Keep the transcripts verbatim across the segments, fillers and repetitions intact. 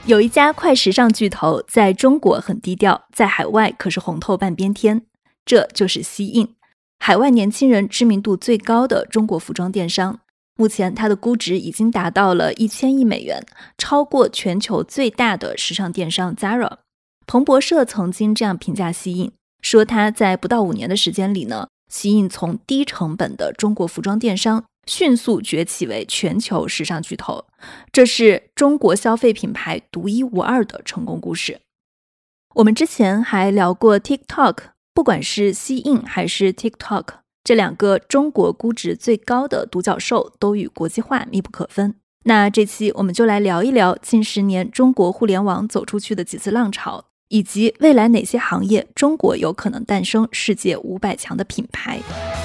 有一家快时尚巨头在中国很低调，在海外可是红透半边天，这就是西印，海外年轻人知名度最高的中国服装电商。目前它的估值已经达到了一千亿美元，超过全球最大的时尚电商 Zara。 彭博社曾经这样评价西印，说它在不到五年的时间里呢，西印从低成本的中国服装电商迅速崛起为全球时尚巨头，这是中国消费品牌独一无二的成功故事。我们之前还聊过 TikTok， 不管是西印还是 TikTok， 这两个中国估值最高的独角兽都与国际化密不可分。那这期我们就来聊一聊近十年中国互联网走出去的几次浪潮，以及未来哪些行业中国有可能诞生世界五百强的品牌。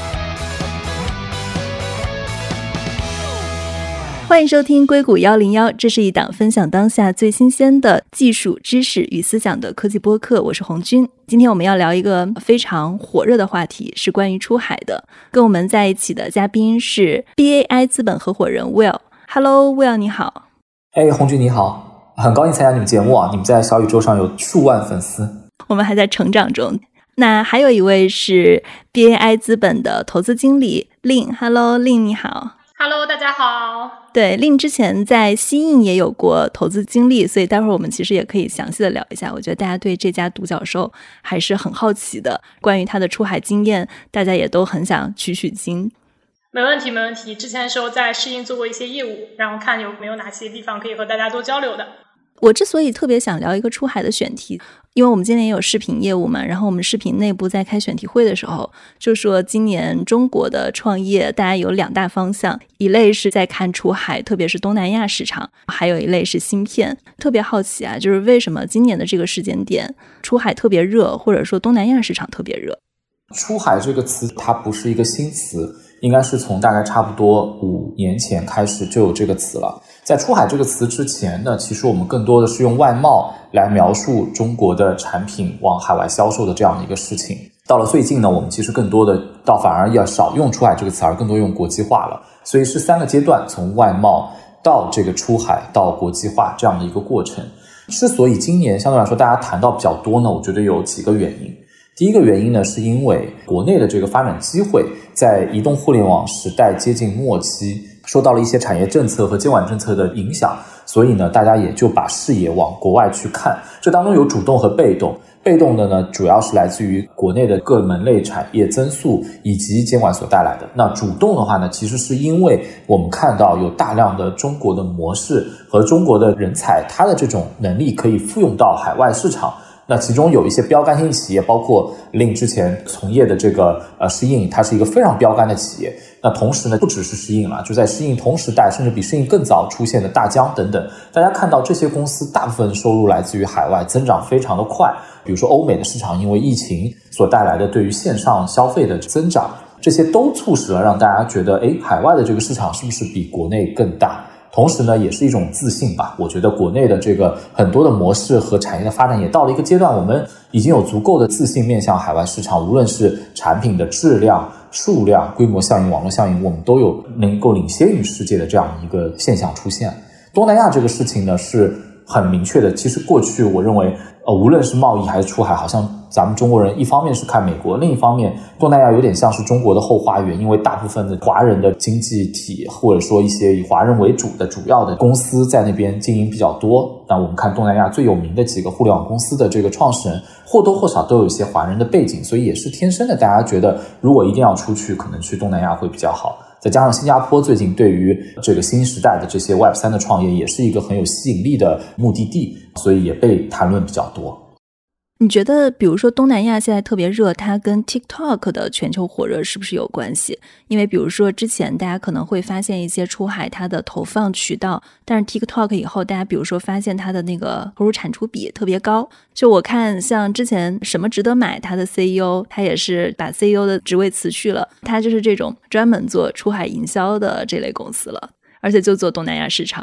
欢迎收听硅谷一零一，这是一档分享当下最新鲜的技术知识与思想的科技播客，我是红军。今天我们要聊一个非常火热的话题，是关于出海的。跟我们在一起的嘉宾是 B A I 资本合伙人 Will。Hello Will， 你好。 哎，红军你好，很高兴参加你们节目啊！你们在小宇宙上有数万粉丝。 我们还在成长中。那还有一位是 B A I 资本的投资经理 Lin。Hello Lin， 你好。 Hello， 大家好。 对，令之前在西印也有过投资经历，所以待会儿我们其实也可以详细的聊一下。我觉得大家对这家独角兽还是很好奇的，关于他的出海经验，大家也都很想取取经。 没问题，没问题。之前的时候在西印做过一些业务，然后看有没有哪些地方可以和大家多交流的。 我之所以特别想聊一个出海的选题，因为我们今年也有视频业务嘛，然后我们视频内部在开选题会的时候就说，今年中国的创业大家有两大方向，一类是在看出海，特别是东南亚市场，还有一类是芯片。特别好奇啊，就是为什么今年的这个时间点出海特别热，或者说东南亚市场特别热？ 出海这个词它不是一个新词，应该是从大概差不多五年前开始就有这个词了。在出海这个词之前呢，其实我们更多的是用外贸来描述中国的产品往海外销售的这样的一个事情。到了最近呢，我们其实更多的倒反而要少用出海这个词，而更多用国际化了。所以是三个阶段，从外贸到这个出海到国际化这样的一个过程。之所以今年相对来说大家谈到比较多呢，我觉得有几个原因。第一个原因呢，是因为国内的这个发展机会在移动互联网时代接近末期，受到了一些产业政策和监管政策的影响，所以呢，大家也就把视野往国外去看。这当中有主动和被动，被动的呢，主要是来自于国内的各门类产业增速以及监管所带来的。那主动的话呢，其实是因为我们看到有大量的中国的模式和中国的人才，它的这种能力可以复用到海外市场。那其中有一些标杆性企业，包括令之前从业的这个呃适应，它是一个非常标杆的企业。那同时呢，不只是适应了，就在适应同时代，甚至比适应更早出现的大疆等等。大家看到这些公司大部分收入来自于海外，增长非常的快。比如说欧美的市场，因为疫情所带来的对于线上消费的增长，这些都促使了让大家觉得，诶，海外的这个市场是不是比国内更大？同时呢，也是一种自信吧。我觉得国内的这个很多的模式和产业的发展也到了一个阶段，我们已经有足够的自信面向海外市场，无论是产品的质量、数量、规模效应、网络效应，我们都有能够领先于世界的这样一个现象出现。东南亚这个事情呢，是很明确的。其实过去我认为呃，无论是贸易还是出海，好像咱们中国人一方面是看美国，另一方面东南亚有点像是中国的后花园，因为大部分的华人的经济体或者说一些以华人为主的主要的公司在那边经营比较多。那我们看东南亚最有名的几个互联网公司的这个创始人或多或少都有一些华人的背景，所以也是天生的大家觉得如果一定要出去，可能去东南亚会比较好。再加上新加坡最近对于这个新时代的这些 Web 三 的创业也是一个很有吸引力的目的地，所以也被谈论比较多。 你觉得比如说东南亚现在特别热，它跟 TikTok 的全球火热是不是有关系？因为比如说之前大家可能会发现一些出海它的投放渠道，但是 TikTok 以后大家比如说发现它的那个投入产出比特别高。就我看像之前什么值得买它的 C E O， 他也是把 C E O 的职位辞去了，他就是这种专门做出海营销的这类公司了，而且就做东南亚市场。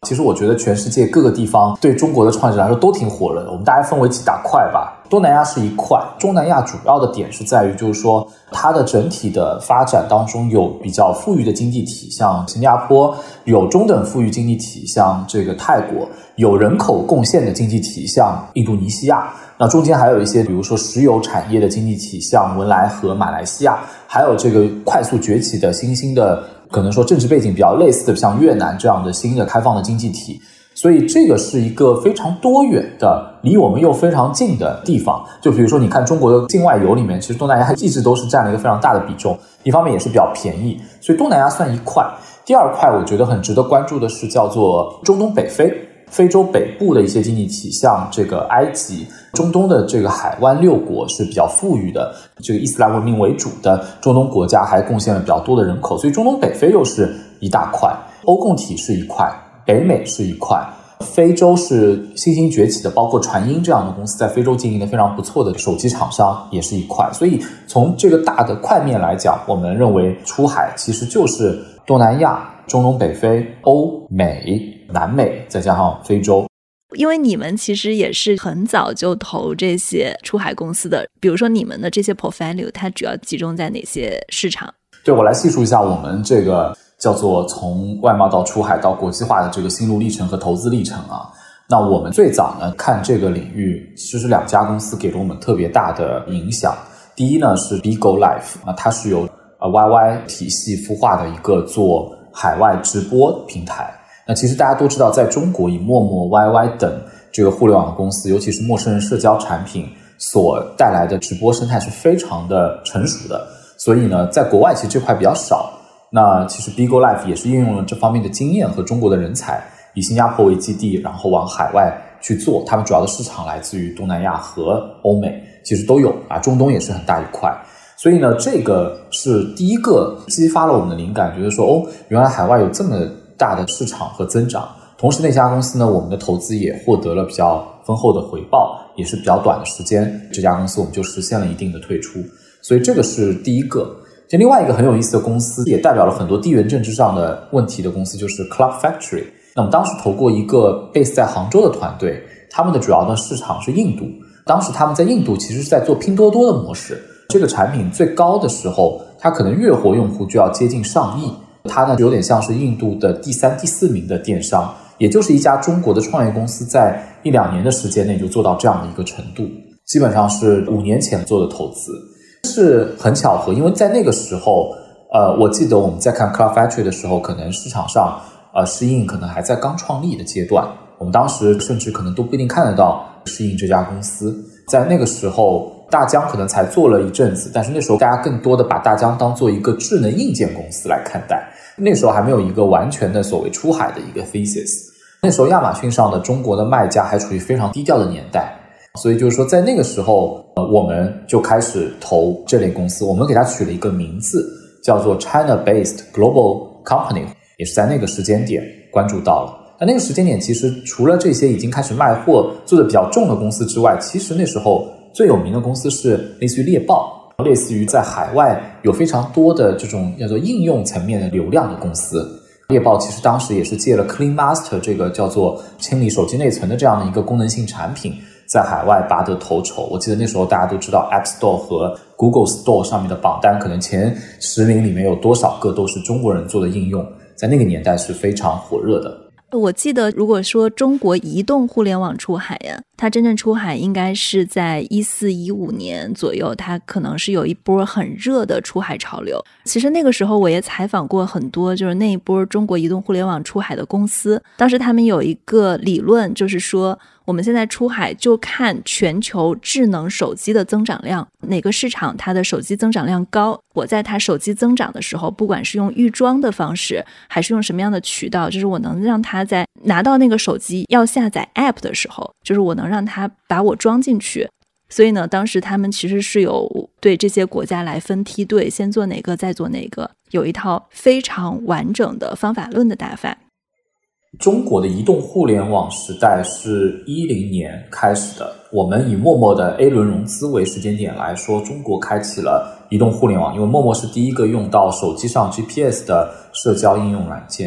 其实我觉得全世界各个地方对中国的创业者来说都挺火热的，我们大概分为几大块吧。东南亚是一块，中南亚主要的点是在于就是说它的整体的发展当中有比较富裕的经济体，像新加坡，有中等富裕经济体，像这个泰国，有人口贡献的经济体，像印度尼西亚，那中间还有一些比如说石油产业的经济体，像文莱和马来西亚，还有这个快速崛起的新兴的可能说政治背景比较类似的像越南这样的新的开放的经济体。所以这个是一个非常多元的离我们又非常近的地方。就比如说你看中国的境外游里面，其实东南亚一直都是占了一个非常大的比重，一方面也是比较便宜，所以东南亚算一块。第二块我觉得很值得关注的是叫做中东北非，非洲北部的一些经济体，像这个埃及，中东的这个海湾六国是比较富裕的，这个伊斯兰文明为主的中东国家还贡献了比较多的人口，所以中东北非又是一大块。欧共体是一块，北美是一块，非洲是新兴崛起的，包括传音这样的公司在非洲经营的非常不错的手机厂商也是一块。所以从这个大的块面来讲，我们认为出海其实就是东南亚、中东北非、欧美、南美，再加上非洲。 因为你们其实也是很早就投这些出海公司的，比如说你们的这些 portfolio 它主要集中在哪些市场？对， 我来细数一下我们这个叫做从外贸到出海到国际化的这个心路历程和投资历程啊。那我们最早呢看这个领域，其实两家公司给了我们特别大的影响。第一呢是 Bigo Live， 那它是由呃 Y Y 体系孵化的一个做海外直播平台。那其实大家都知道，在中国以陌陌、Y Y 等这个互联网公司，尤其是陌生人社交产品所带来的直播生态是非常的成熟的，所以呢在国外其实这块比较少。那其实 Bigo Live 也是运用了这方面的经验和中国的人才，以新加坡为基地，然后往海外去做。他们主要的市场来自于东南亚和欧美，其实都有啊，中东也是很大一块。所以呢，这个是第一个激发了我们的灵感，觉得说哦，原来海外有这么大的市场和增长。同时那家公司呢，我们的投资也获得了比较丰厚的回报，也是比较短的时间，这家公司我们就实现了一定的退出。所以这个是第一个。就另外一个很有意思的公司，也代表了很多地缘政治上的问题的公司，就是 Club Factory。那么当时投过一个 base 在杭州的团队，他们的主要的市场是印度。当时他们在印度其实是在做拼多多的模式，这个产品最高的时候，它可能月活用户就要接近上亿。它呢有点像是印度的第三、第四名的电商，也就是一家中国的创业公司在一两年的时间内就做到这样的一个程度，基本上是五年前做的投资。是很巧合，因为在那个时候呃，我记得我们在看 Club Factory 的时候，可能市场上呃，适应可能还在刚创立的阶段，我们当时甚至可能都不一定看得到适应这家公司。在那个时候大疆可能才做了一阵子，但是那时候大家更多的把大疆当做一个智能硬件公司来看待，那时候还没有一个完全的所谓出海的一个 thesis。 那时候亚马逊上的中国的卖家还处于非常低调的年代，所以就是说在那个时候呃，我们就开始投这类公司，我们给它取了一个名字叫做 China-based Global Company， 也是在那个时间点关注到了。那那个时间点其实除了这些已经开始卖货做的比较重的公司之外，其实那时候最有名的公司是类似于猎豹，类似于在海外有非常多的这种叫做应用层面的流量的公司。猎豹其实当时也是借了 Clean Master 这个叫做清理手机内存的这样的一个功能性产品，在海外拔得头筹。我记得那时候大家都知道 App Store 和 Google Store 上面的榜单，可能前十名里面有多少个都是中国人做的应用，在那个年代是非常火热的。 我记得如果说中国移动互联网出海呀，它真正出海应该是在一四一五年左右，它可能是有一波很热的出海潮流。其实那个时候我也采访过很多就是那一波中国移动互联网出海的公司，当时他们有一个理论，就是说我们现在出海就看全球智能手机的增长量，哪个市场它的手机增长量高，我在它手机增长的时候，不管是用预装的方式还是用什么样的渠道，就是我能让它在拿到那个手机要下载 app 的时候，就是我能让它把我装进去。所以呢，当时他们其实是有对这些国家来分梯队，先做哪个再做哪个，有一套非常完整的方法论的打法。 中国的移动互联网时代是一零年开始的，我们以陌陌的 A 轮融资为时间点来说，中国开启了移动互联网，因为陌陌是第一个用到手机上 G P S 的社交应用软件。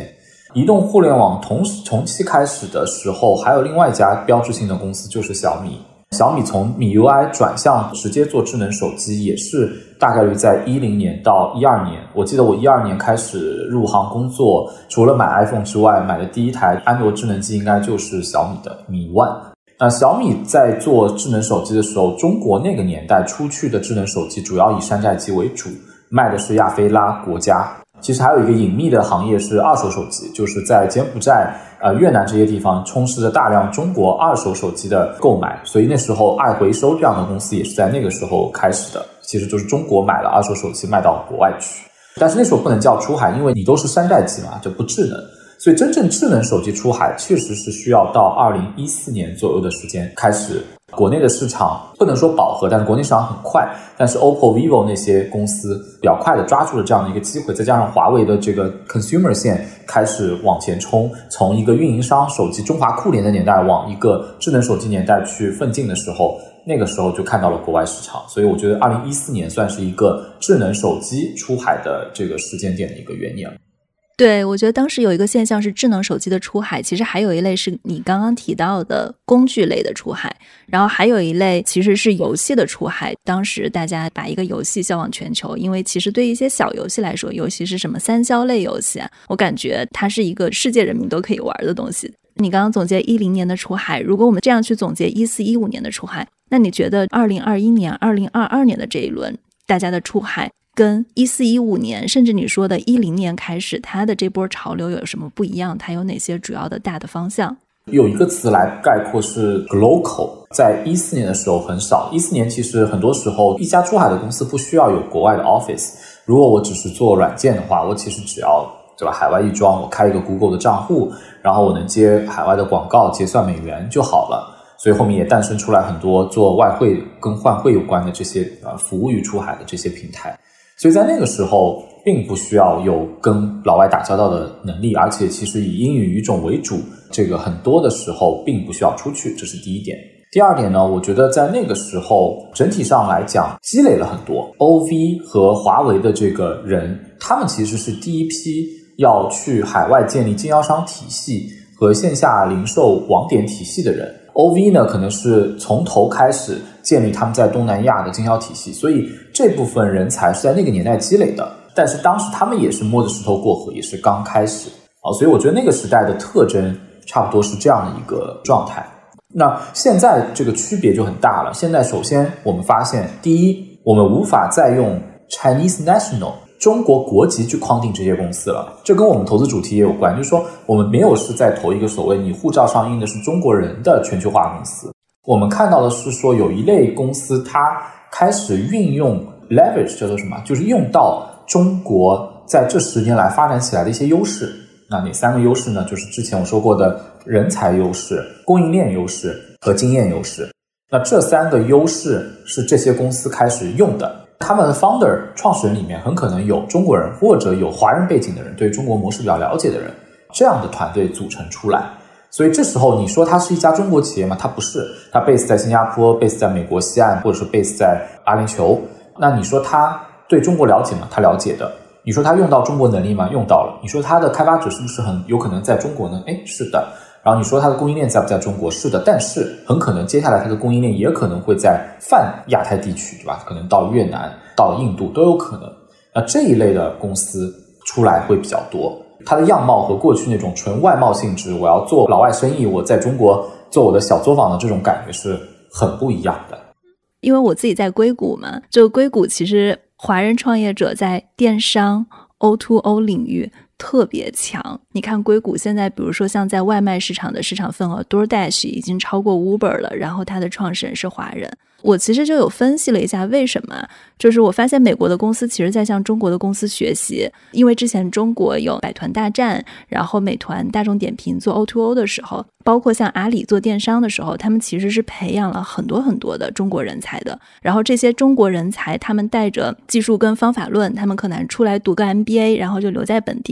移动互联网同同期开始的时候，还有另外一家标志性的公司就是小米。小米从米 U I 转向直接做智能手机，也是大概率在一零年到一二年。我记得我一二年开始入行工作，除了买 iPhone 之外，买的第一台安卓智能机应该就是小米的米 One。那小米在做智能手机的时候，中国那个年代出去的智能手机主要以山寨机为主，卖的是亚非拉国家。其实还有一个隐秘的行业是二手手机，就是在柬埔寨、呃越南这些地方充斥着大量中国二手手机的购买，所以那时候爱回收这样的公司也是在那个时候开始的，其实就是中国买了二手手机卖到国外去。但是那时候不能叫出海，因为你都是山寨机嘛，就不智能。所以真正智能手机出海确实是需要到二零一四年左右的时间开始。国内的市场不能说饱和，但是国内市场很快，但是 O P P O、vivo 那些公司比较快的抓住了这样的一个机会，再加上华为的这个 consumer 线开始往前冲，从一个运营商手机中华酷联的年代往一个智能手机年代去奋进的时候，那个时候就看到了国外市场。所以我觉得二零一四年算是一个智能手机出海的这个时间点的一个元年。 对，我觉得当时有一个现象是智能手机的出海，其实还有一类是你刚刚提到的工具类的出海，然后还有一类其实是游戏的出海。当时大家把一个游戏销往全球，因为其实对一些小游戏来说，尤其是什么三消类游戏啊，我感觉它是一个世界人民都可以玩的东西。你刚刚总结一零年的出海，如果我们这样去总结一四一五年的出海，那你觉得二零二一年、二零二二年的这一轮大家的出海跟一四一五年甚至你说的一零年开始，它的这波潮流有什么不一样？它有哪些主要的大的方向？ 有一个词来概括是 glocal， 在一四年的时候很少。一四年其实很多时候一家出海的公司不需要有国外的 office， 如果我只是做软件的话，我其实只要对吧，海外一装，我开一个 Google 的账户，然后我能接海外的广告，结算美元就好了。所以后面也诞生出来很多做外汇跟换汇有关的这些呃服务于出海的这些平台。所以在那个时候并不需要有跟老外打交道的能力，而且其实以英语语种为主，这个很多的时候并不需要出去，这是第一点。第二点呢，我觉得在那个时候整体上来讲积累了很多 O V 和华为的这个人，他们其实是第一批要去海外建立经销商体系和线下零售网点体系的人。O V 呢，可能是从头开始建立他们在东南亚的经销体系，所以这部分人才是在那个年代积累的。但是当时他们也是摸着石头过河，也是刚开始啊，所以我觉得那个时代的特征差不多是这样的一个状态。那现在这个区别就很大了。现在首先我们发现，第一，我们无法再用 Chinese National 中国国籍去框定这些公司了，这跟我们投资主题也有关，就是说我们没有是在投一个所谓你护照上印的是中国人的全球化公司，我们看到的是说有一类公司它开始运用 leverage， 叫做什么，就是用到中国在这十年来发展起来的一些优势。那哪三个优势呢？就是之前我说过的人才优势、供应链优势和经验优势。那这三个优势是这些公司开始用的，他们的 founder 创始人里面很可能有中国人或者有华人背景的人，对中国模式比较了解的人，这样的团队组成出来。所以这时候你说它是一家中国企业吗？它不是，它 base 在新加坡， base 在美国西岸，或者说 base 在阿联酋。那你说它对中国了解吗？它了解的。你说它用到中国能力吗？用到了。你说它的开发者是不是很有可能在中国呢？诶，是的。然后你说它的供应链在不在中国？是的。但是很可能接下来它的供应链也可能会在泛亚太地区，对吧？可能到越南、到印度都有可能。那这一类的公司出来会比较多，它的样貌和过去那种纯外贸性质，我要做老外生意，我在中国做我的小作坊的这种感觉是很不一样的。 因为我自己在硅谷嘛，就硅谷其实华人创业者在电商 O to O 领域特别强。你看硅谷现在比如说像在外卖市场的市场份额 DoorDash 已经超过 Uber 了，然后它的创始人是华人。我其实就有分析了一下为什么，就是我发现美国的公司其实在向中国的公司学习，因为之前中国有百团大战，然后美团、大众点评做 O to O 的时候，包括像阿里做电商的时候，他们其实是培养了很多很多的中国人才的。然后这些中国人才他们带着技术跟方法论，他们可能出来读个 M B A 然后就留在本地了，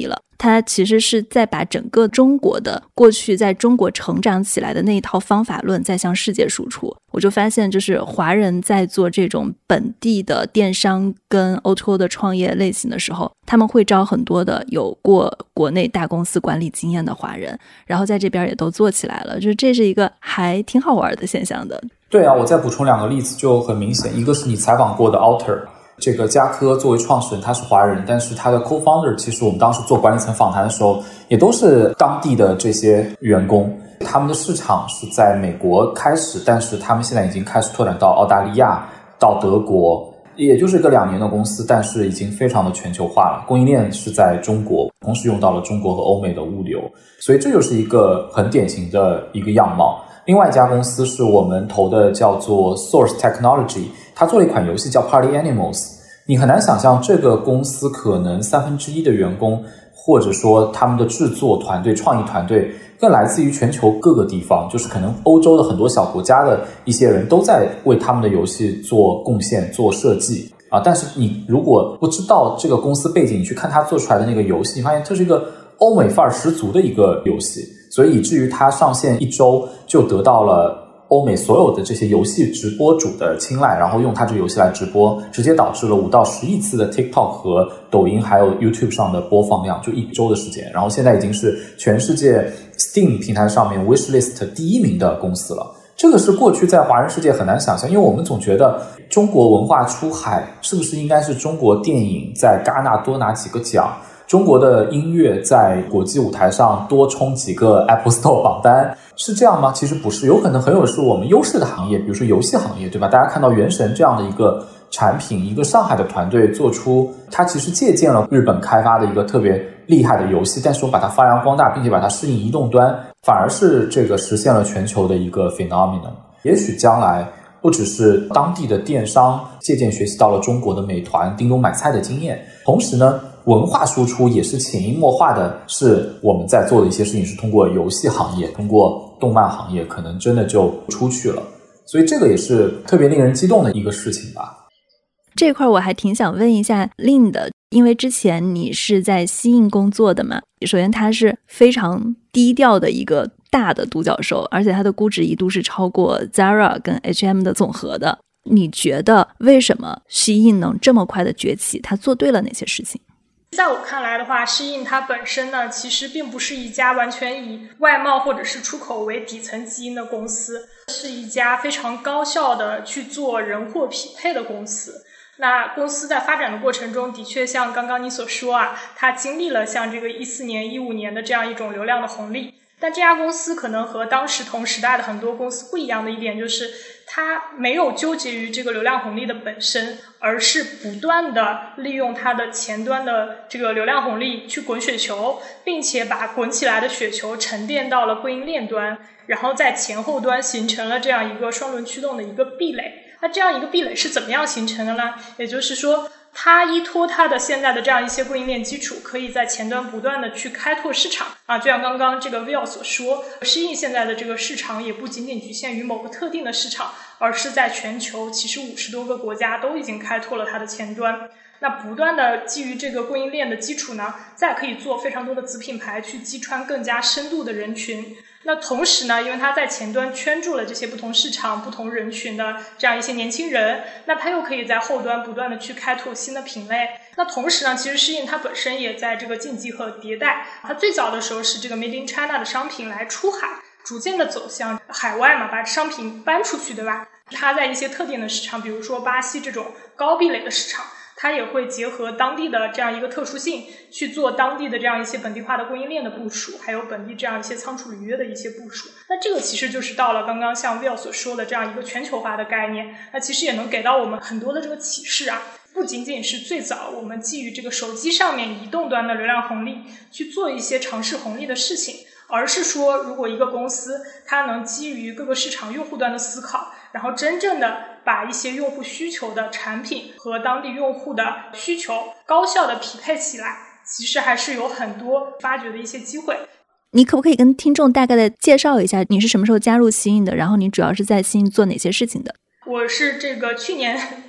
它其实是在把整个中国的过去在中国成长起来的那一套方法论再向世界输出。我就发现就是华人在做这种本地的电商跟 O to O 的创业类型的时候，他们会招很多的有过国内大公司管理经验的华人，然后在这边也都做起来了，就是这是一个还挺好玩的现象的。 对啊，我再补充两个例子就很明显，一个是你采访过的 Alter， 这个嘉科作为创始人他是华人，但是他的 co-founder 其实我们当时做管理层访谈的时候也都是当地的这些员工，他们的市场是在美国开始，但是他们现在已经开始拓展到澳大利亚，到德国，也就是个两年的公司，但是已经非常的全球化了，供应链是在中国，同时用到了中国和欧美的物流，所以这就是一个很典型的一个样貌。另外一家公司是我们投的，叫做 Source Technology， 它做了一款游戏叫 Party Animals。 你很难想象这个公司可能三分之一的员工，或者说他们的制作团队、创意团队更来自于全球各个地方，就是可能欧洲的很多小国家的一些人都在为他们的游戏做贡献、做设计啊。但是你如果不知道这个公司背景，你去看他做出来的那个游戏，你发现这是一个欧美范儿十足的一个游戏，所以以至于它上线一周就得到了欧美所有的这些游戏直播主的青睐，然后用它这个游戏来直播，直接导致了五到十亿次的 TikTok 和抖音还有 YouTube 上的播放量，就一周的时间。然后现在已经是全世界 Steam 平台上面 Wishlist 第一名的公司了。这个是过去在华人世界很难想象，因为我们总觉得中国文化出海是不是应该是中国电影在戛纳多拿几个奖，中国的音乐在国际舞台上多冲几个 Apple Store 榜单，是这样吗？其实不是，有可能很有是我们优势的行业，比如说游戏行业，对吧？大家看到原神这样的一个产品，一个上海的团队做出，它其实借鉴了日本开发的一个特别厉害的游戏，但是我们把它发扬光大，并且把它适应移动端，反而是这个实现了全球的一个 phenomenon。 也许将来不只是当地的电商借鉴学习到了中国的美团、叮咚买菜的经验，同时呢文化输出也是潜移默化的，是我们在做的一些事情是通过游戏行业、通过动漫行业可能真的就出去了，所以这个也是特别令人激动的一个事情吧。 这块我还挺想问一下 Lin 的，因为之前你是在西印工作的嘛，首先它是非常低调的一个大的独角兽，而且它的估值一度是超过 Zara 跟 H and M 的总和的。你觉得为什么西印能这么快的崛起？它做对了哪些事情？ 在我看来的话，适印它本身呢，其实并不是一家完全以外贸或者是出口为底层基因的公司，是一家非常高效的去做人货匹配的公司。那公司在发展的过程中，的确像刚刚你所说啊，它经历了像这个一四年、一五年的这样一种流量的红利。但这家公司可能和当时同时代的很多公司不一样的一点，就是它没有纠结于这个流量红利的本身，而是不断的利用它的前端的这个流量红利去滚雪球，并且把滚起来的雪球沉淀到了供应链端，然后在前后端形成了这样一个双轮驱动的一个壁垒。那这样一个壁垒是怎么样形成的呢？也就是说，它依托它的现在的这样一些供应链基础，可以在前端不断的去开拓市场啊。就像刚刚这个 Will 所说，适应现在的这个市场也不仅仅局限于某个特定的市场，而是在全球其实五十多个国家都已经开拓了它的前端。那不断的基于这个供应链的基础呢，再可以做非常多的子品牌去击穿更加深度的人群。那同时呢，因为它在前端圈住了这些不同市场、不同人群的这样一些年轻人，那它又可以在后端不断的去开拓新的品类。那同时呢，其实适应它本身也在这个晋级和迭代。它最早的时候是这个 Made in China 的商品来出海，逐渐的走向海外嘛，把商品搬出去，对吧？它在一些特定的市场，比如说巴西这种高壁垒的市场，它也会结合当地的这样一个特殊性，去做当地的这样一些本地化的供应链的部署，还有本地这样一些仓储履约的一些部署。那这个其实就是到了刚刚像 Will 所说的这样一个全球化的概念，那其实也能给到我们很多的这个启示啊。不仅仅是最早我们基于这个手机上面移动端的流量红利去做一些尝试红利的事情，而是说如果一个公司它能基于各个市场用户端的思考，然后真正的把一些用户需求的产品和当地用户的需求高效的匹配起来，其实还是有很多发掘的一些机会。 你可不可以跟听众大概的介绍一下你是什么时候加入西印的，然后你主要是在西印做哪些事情的？ 我是这个去年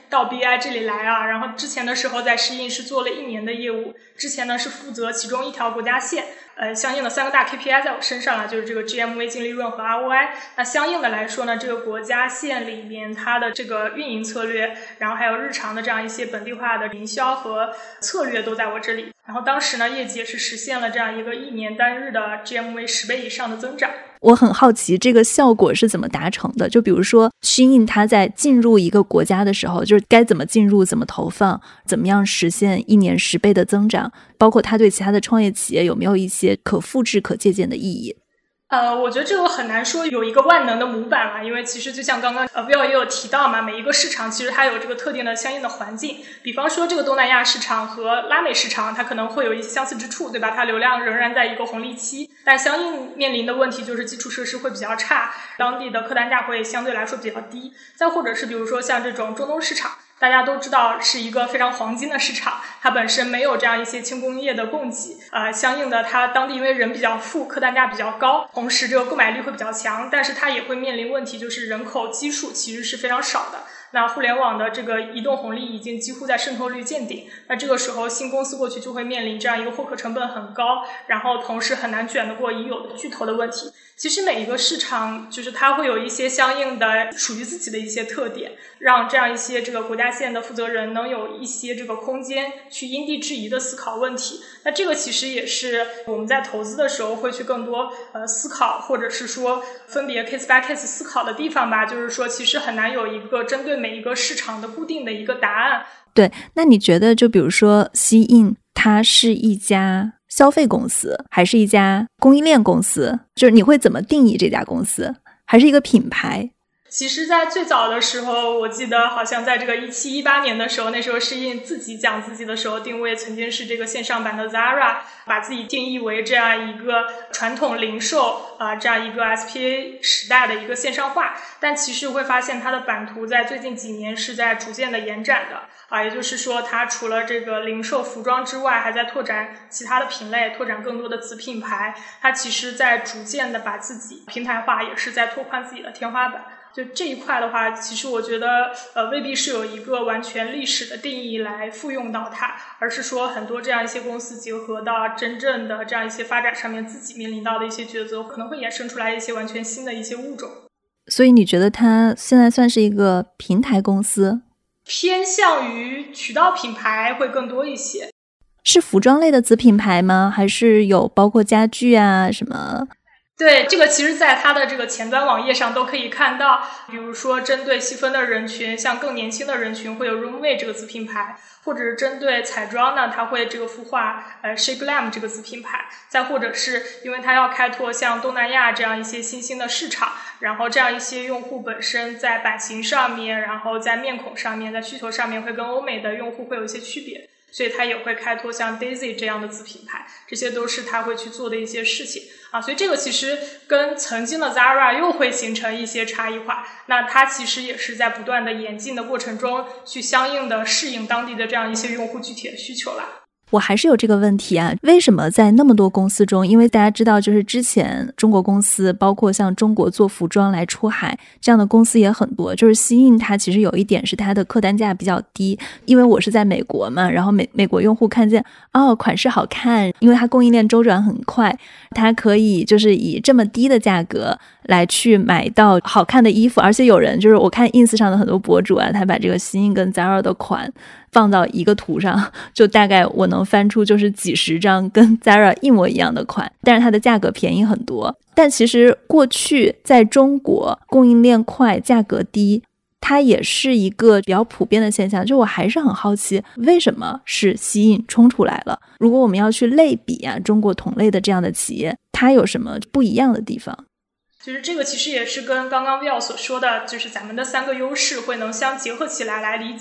到 B I 这里来啊，然后之前的时候在适应是做了一年的业务，之前呢是负责其中一条国家线，呃，相应的三个大 K P I 在我身上啊，就是这个 G M V 净利润和 R O I。那相应的来说呢，这个国家线里面它的这个运营策略，然后还有日常的这样一些本地化的营销和策略都在我这里。然后当时呢，业绩也是实现了这样一个一年单日的 G M V 十倍以上的增长。 我很好奇这个效果是怎么达成的，就比如说Shein它在进入一个国家的时候，就是该怎么进入，怎么投放，怎么样实现一年十倍的增长，包括它对其他的创业企业有没有一些可复制可借鉴的意义。 呃，我觉得这个很难说有一个万能的模板了，因为其实就像刚刚呃 Will 也有提到嘛，每一个市场其实它有这个特定的相应的环境，比方说这个东南亚市场和拉美市场它可能会有一些相似之处，对吧？它流量仍然在一个红利期，但相应面临的问题就是基础设施会比较差，当地的客单价会相对来说比较低。再或者是比如说像这种中东市场，大家都知道是一个非常黄金的市场，它本身没有这样一些轻工业的供给，呃，相应的它当地因为人比较富，客单价比较高，同时这个购买力会比较强，但是它也会面临问题，就是人口基数其实是非常少的。那互联网的这个移动红利已经几乎在渗透率见顶，那这个时候新公司过去就会面临这样一个获客成本很高，然后同时很难卷得过已有的巨头的问题。其实每一个市场就是它会有一些相应的属于自己的一些特点，让这样一些这个国家线的负责人能有一些这个空间去因地制宜的思考问题。那这个其实也是我们在投资的时候会去更多呃思考，或者是说分别 case by case 思考的地方吧，就是说其实很难有一个针对每一个市场的固定的一个答案。 对，那你觉得就比如说Shein它是一家消费公司还是一家供应链公司，就是你会怎么定义这家公司，还是一个品牌？ 其实在最早的时候，我记得好像在这个一七一八年的时候，那时候Shein自己讲自己的时候定位曾经是这个线上版的 Zara， 把自己定义为这样一个传统零售啊、呃，这样一个 S P A 时代的一个线上化。但其实会发现它的版图在最近几年是在逐渐的延展的啊，也就是说它除了这个零售服装之外，还在拓展其他的品类，拓展更多的子品牌。它其实在逐渐的把自己平台化，也是在拓宽自己的天花板。就这一块的话，其实我觉得呃未必是有一个完全历史的定义来复用到它，而是说很多这样一些公司结合到真正的这样一些发展上面自己面临到的一些抉择，可能会衍生出来一些完全新的一些物种。 所以你觉得它现在算是一个平台公司？ 偏向于渠道品牌会更多一些。 是服装类的子品牌吗？还是有包括家具啊什么？ 对，这个其实在它的这个前端网页上都可以看到，比如说针对细分的人群，像更年轻的人群会有 Roomway 这个子品牌，或者是针对彩妆呢，它会这个孵化呃 Sheglam 这个子品牌，再或者是因为它要开拓像东南亚这样一些新兴的市场，然后这样一些用户本身在版型上面，然后在面孔上面，在需求上面会跟欧美的用户会有一些区别，所以它也会开拓像 Daisy 这样的子品牌，这些都是它会去做的一些事情啊。所以这个其实跟曾经的 Zara 又会形成一些差异化，那它其实也是在不断的演进的过程中去相应的适应当地的这样一些用户具体的需求啦。 我还是有这个问题啊，为什么在那么多公司中，因为大家知道就是之前中国公司包括像中国做服装来出海这样的公司也很多，就是Shein它其实有一点是它的客单价比较低，因为我是在美国嘛，然后美美国用户看见哦款式好看，因为它供应链周转很快，它可以就是以这么低的价格来去买到好看的衣服，而且有人就是我看 ins 上的很多博主啊，他把这个Shein跟 Zara 的款放到一个图上，就大概我能翻出就是几十张跟 Zara 一模一样的款，但是它的价格便宜很多。但其实过去在中国供应链快价格低它也是一个比较普遍的现象，就我还是很好奇为什么是Shein冲出来了，如果我们要去类比啊中国同类的这样的企业，它有什么不一样的地方？ 就是这个其实也是跟刚刚 Will 所说的就是咱们的三个优势会能相结合起来来理解。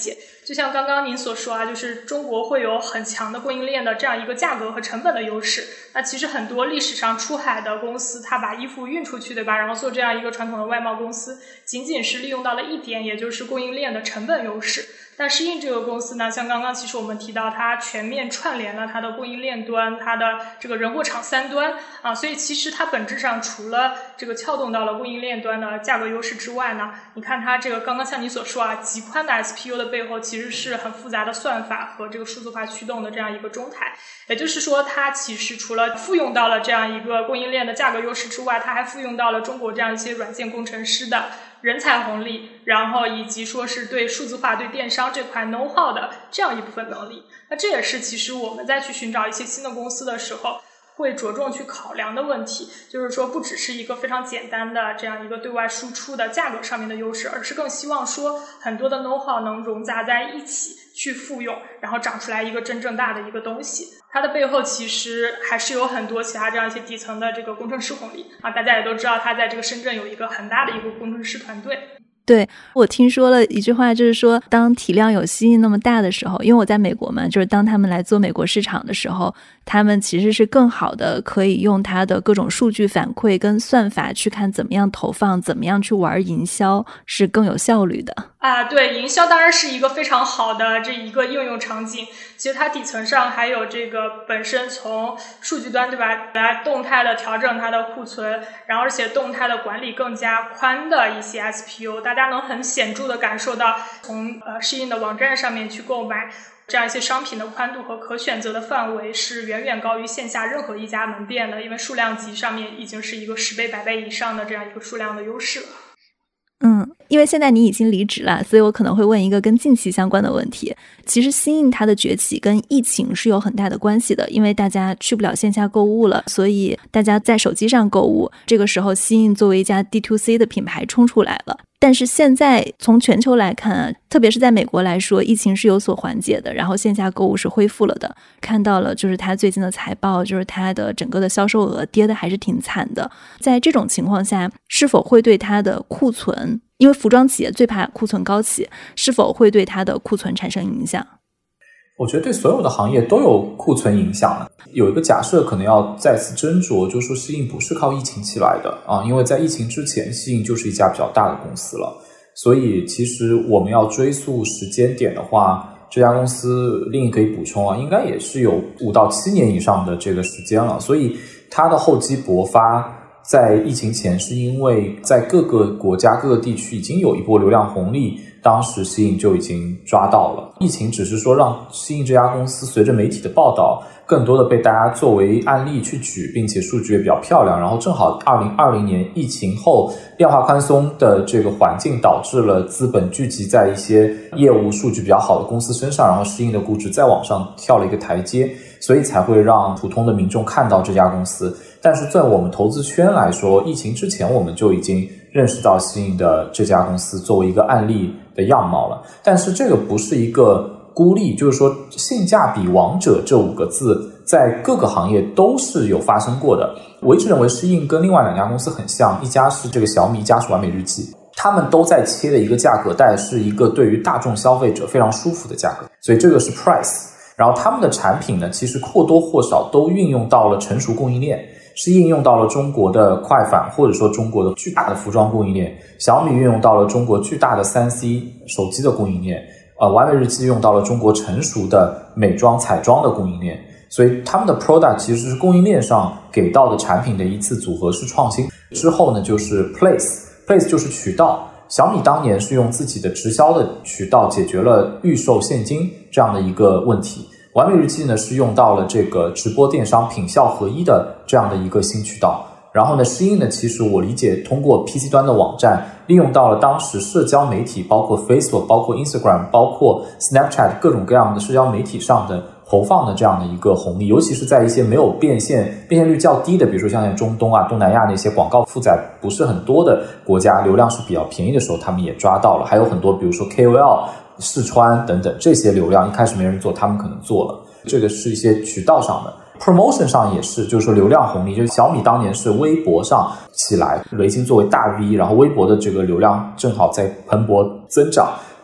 就像刚刚您所说啊，就是中国会有很强的供应链的这样一个价格和成本的优势。那其实很多历史上出海的公司，它把衣服运出去，对吧？然后做这样一个传统的外贸公司，仅仅是利用到了一点，也就是供应链的成本优势。但适应这个公司呢，像刚刚其实我们提到，它全面串联了它的供应链端，它的这个人货场三端啊，所以其实它本质上除了这个撬动到了供应链端的价格优势之外呢，你看它这个刚刚像你所说啊，极宽的 S P U 的背后其实是很复杂的算法和这个数字化驱动的这样一个中台，也就是说，它其实除了复用到了这样一个供应链的价格优势之外，它还复用到了中国这样一些软件工程师的人才红利，然后以及说是对数字化、对电商这块 know how 的这样一部分能力。那这也是其实我们在去寻找一些新的公司的时候会着重去考量的问题，就是说不只是一个非常简单的这样一个对外输出的价格上面的优势，而是更希望说很多的 know how 能融杂在一起去复用，然后长出来一个真正大的一个东西。它的背后其实还是有很多其他这样一些底层的这个工程师红利啊，大家也都知道它在这个深圳有一个很大的一个工程师团队。 对，我听说了一句话，就是说当体量有吸引那么大的时候，因为我在美国嘛，就是当他们来做美国市场的时候，他们其实是更好的可以用它的各种数据反馈跟算法去看怎么样投放，怎么样去玩营销是更有效率的啊。对，营销当然是一个非常好的这一个应用场景，其实它底层上还有这个本身从数据端，对吧，来动态的调整它的库存，然后而且动态的管理更加宽的一些 S P U， 大家能很显著的感受到从呃适应的网站上面去购买这样一些商品的宽度和可选择的范围是远远高于线下任何一家门店的，因为数量级上面已经是一个十倍百倍以上的这样一个数量的优势了。 嗯，因为现在你已经离职了，所以我可能会问一个跟近期相关的问题。其实吸引它的崛起跟疫情是有很大的关系的，因为大家去不了线下购物了，所以大家在手机上购物，这个时候吸引作为一家 D to C 的品牌冲出来了。但是现在从全球来看啊，特别是在美国来说，疫情是有所缓解的，然后线下购物是恢复了的。看到了就是它最近的财报，就是它的整个的销售额跌的还是挺惨的。在这种情况下，是否会对它的库存，因为服装企业最怕库存高企，是否会对它的库存产生影响？ 我觉得对所有的行业都有库存影响。有一个假设可能要再次斟酌，就是说适应不是靠疫情起来的啊，因为在疫情之前，适应就是一家比较大的公司了。所以其实我们要追溯时间点的话，这家公司另一可以补充啊，应该也是有五到七年以上的这个时间了。所以它的厚积薄发，在疫情前是因为在各个国家各个地区已经有一波流量红利，当时适应就已经抓到了。疫情只是说让适应这家公司随着媒体的报道更多的被大家作为案例去举，并且数据也比较漂亮，然后正好二零二零年疫情后量化宽松的这个环境导致了资本聚集在一些业务数据比较好的公司身上，然后适应的估值再往上跳了一个台阶，所以才会让普通的民众看到这家公司。但是在我们投资圈来说，疫情之前我们就已经认识到适应的这家公司作为一个案例的样貌了。但是这个不是一个孤立，就是说性价比王者这五个字在各个行业都是有发生过的。我一直认为适应跟另外两家公司很像，一家是这个小米，一家是完美日记，他们都在切的一个价格带是一个对于大众消费者非常舒服的价格，所以这个是 price。 然后他们的产品呢，其实或多或少都运用到了成熟供应链，是应用到了中国的快反，或者说中国的巨大的服装供应链。小米运用到了中国巨大的 三 C 手机的供应链，呃，完美日记用到了中国成熟的美妆彩妆的供应链。所以他们的 product 其实是供应链上给到的产品的一次组合式创新。之后呢，就是 place place 就是渠道。小米当年是用自己的直销的渠道解决了预售现金这样的一个问题，完美日记呢是用到了这个直播电商品效合一的这样的一个新渠道。然后呢，适应呢，其实我理解通过 P C 端的网站利用到了当时社交媒体，包括 Facebook 包括 Instagram 包括 Snapchat 各种各样的社交媒体上的投放的这样的一个红利，尤其是在一些没有变现变现率较低的，比如说像中东啊东南亚那些广告负载不是很多的国家，流量是比较便宜的时候，他们也抓到了。还有很多比如说 K O L 试穿等等，这些流量一开始没人做，他们可能做了，这个是一些渠道上的。promotion 上也是，就是说流量红利，就是小米当年是微博上起来，雷军作为大 V， 然后微博的这个流量正好在蓬勃增长，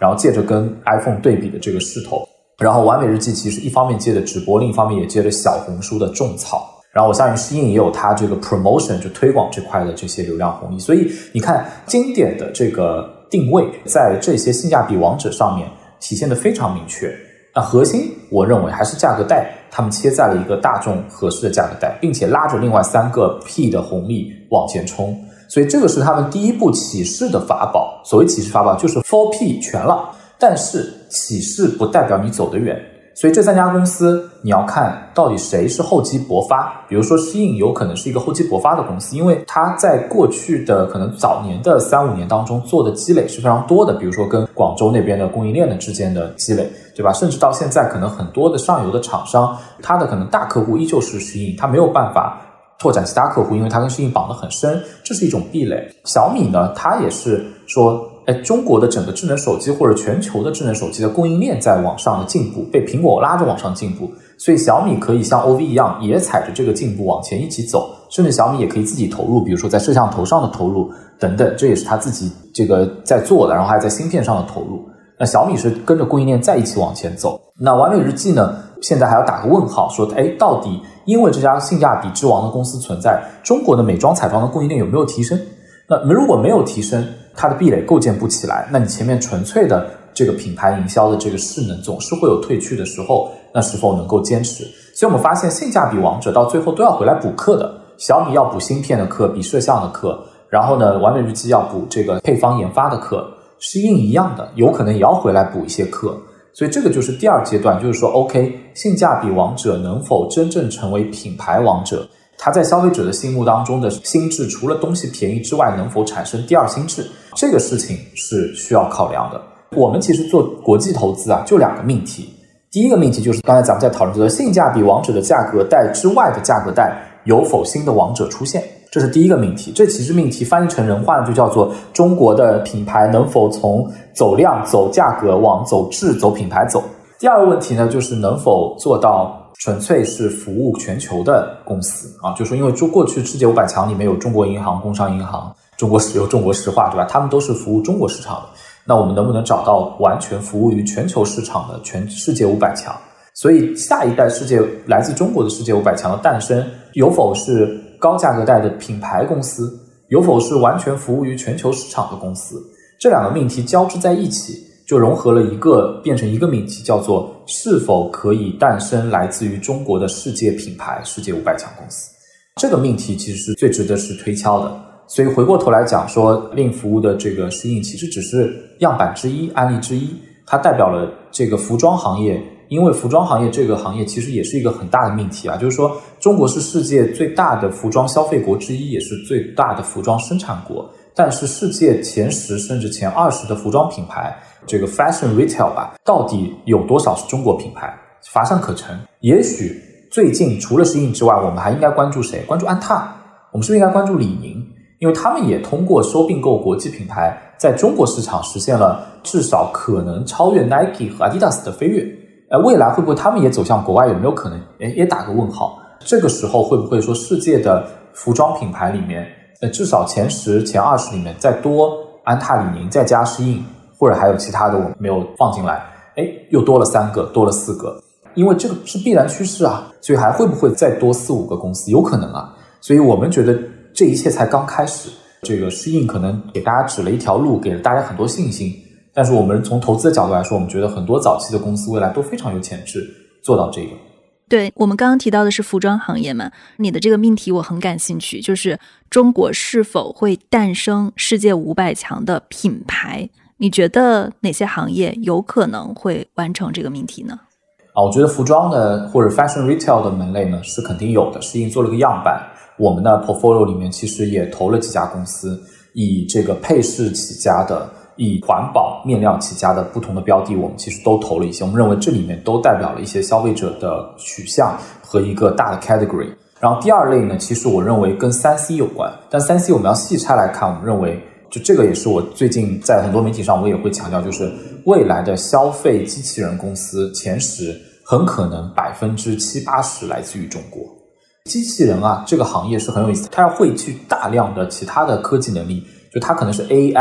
然后借着跟 iPhone 对比的这个势头，然后完美日记其实一方面借着直播，另一方面也借着小红书的种草，然后我相信适应也有它这个 promotion 就推广这块的这些流量红利。所以你看经典的这个定位在这些性价比王者上面体现得非常明确。那核心我认为还是价格带，他们切在了一个大众合适的价格带，并且拉着另外三个 P 的红利往前冲，所以这个是他们第一步起势的法宝。所谓起势法宝就是 四 P 全了，但是起势不代表你走得远，所以这三家公司你要看到底谁是厚积薄发。比如说适应有可能是一个厚积薄发的公司，因为它在过去的可能早年的三五年当中做的积累是非常多的，比如说跟广州那边的供应链的之间的积累，对吧？甚至到现在可能很多的上游的厂商，它的可能大客户依旧是适应，它没有办法拓展其他客户，因为它跟适应绑得很深，这是一种壁垒。小米呢，它也是说哎，中国的整个智能手机或者全球的智能手机的供应链在往上的进步，被苹果拉着往上进步，所以小米可以像 O V 一样也踩着这个进步往前一起走，甚至小米也可以自己投入，比如说在摄像头上的投入等等，这也是他自己这个在做的，然后还在芯片上的投入。那小米是跟着供应链在一起往前走。那完美日记呢，现在还要打个问号，说哎，到底因为这家性价比之王的公司存在，中国的美妆彩妆的供应链有没有提升？那如果没有提升，它的壁垒构建不起来，那你前面纯粹的这个品牌营销的这个势能总是会有退去的时候，那是否能够坚持？所以我们发现性价比王者到最后都要回来补课的。小米要补芯片的课，比摄像的课，然后呢完美日记要补这个配方研发的课，适应一样的，有可能也要回来补一些课。所以这个就是第二阶段，就是说 OK， 性价比王者能否真正成为品牌王者，它在消费者的心目当中的心智，除了东西便宜之外，能否产生第二心智，这个事情是需要考量的。我们其实做国际投资啊，就两个命题。第一个命题就是刚才咱们在讨论的性价比王者的价格带之外的价格带有否新的王者出现，这是第一个命题。这其实命题翻译成人话呢，就叫做中国的品牌能否从走量走价格往走质走品牌走。第二个问题呢，就是能否做到纯粹是服务全球的公司啊，就是说因为过去世界五百强里面有中国银行、工商银行、中国石油、中国石化，对吧？他们都是服务中国市场的。那我们能不能找到完全服务于全球市场的全世界五百强？所以下一代世界来自中国的世界五百强的诞生，有否是高价格带的品牌公司，有否是完全服务于全球市场的公司？这两个命题交织在一起，就融合了一个变成一个命题，叫做是否可以诞生来自于中国的世界品牌世界五百强公司。这个命题其实是最值得是推敲的。所以回过头来讲说，令服务的这个适应其实只是样板之一、案例之一，它代表了这个服装行业，因为服装行业这个行业其实也是一个很大的命题啊，就是说中国是世界最大的服装消费国之一，也是最大的服装生产国，但是世界前十甚至前二十的服装品牌，这个 fashion retail 吧，到底有多少是中国品牌？乏善可陈。也许最近除了适应之外，我们还应该关注谁？关注安踏，我们是不是应该关注李宁？因为他们也通过收并购国际品牌，在中国市场实现了至少可能超越 Nike 和 Adidas 的飞跃。呃，未来会不会他们也走向国外？有没有可能？诶，也打个问号。这个时候会不会说世界的服装品牌里面，呃，至少前十、前二十里面再多安踏、李宁，再加适应，或者还有其他的我们没有放进来，诶，又多了三个，多了四个。因为这个是必然趋势啊，所以还会不会再多四五个公司？有可能啊。所以我们觉得这一切才刚开始，这个适应可能给大家指了一条路，给了大家很多信心。但是我们从投资的角度来说，我们觉得很多早期的公司未来都非常有潜质做到这个。 对，我们刚刚提到的是服装行业嘛，你的这个命题我很感兴趣，就是中国是否会诞生世界五百强的品牌？你觉得哪些行业有可能会完成这个命题呢？ 啊，我觉得服装的或者 fashion retail 的门类呢是肯定有的，适应做了个样板。我们的 portfolio 里面其实也投了几家公司，以这个配饰起家的，以环保面料起家的不同的标的，我们其实都投了一些。我们认为这里面都代表了一些消费者的取向和一个大的 category。然后第二类呢，其实我认为跟 三 C 有关，但 三 C 我们要细拆来看，我们认为就这个也是我最近在很多媒体上我也会强调，就是未来的消费机器人公司前十很可能百分之七八十来自于中国。机器人啊，这个行业是很有意思，它要汇聚大量的其他的科技能力，就它可能是 A I，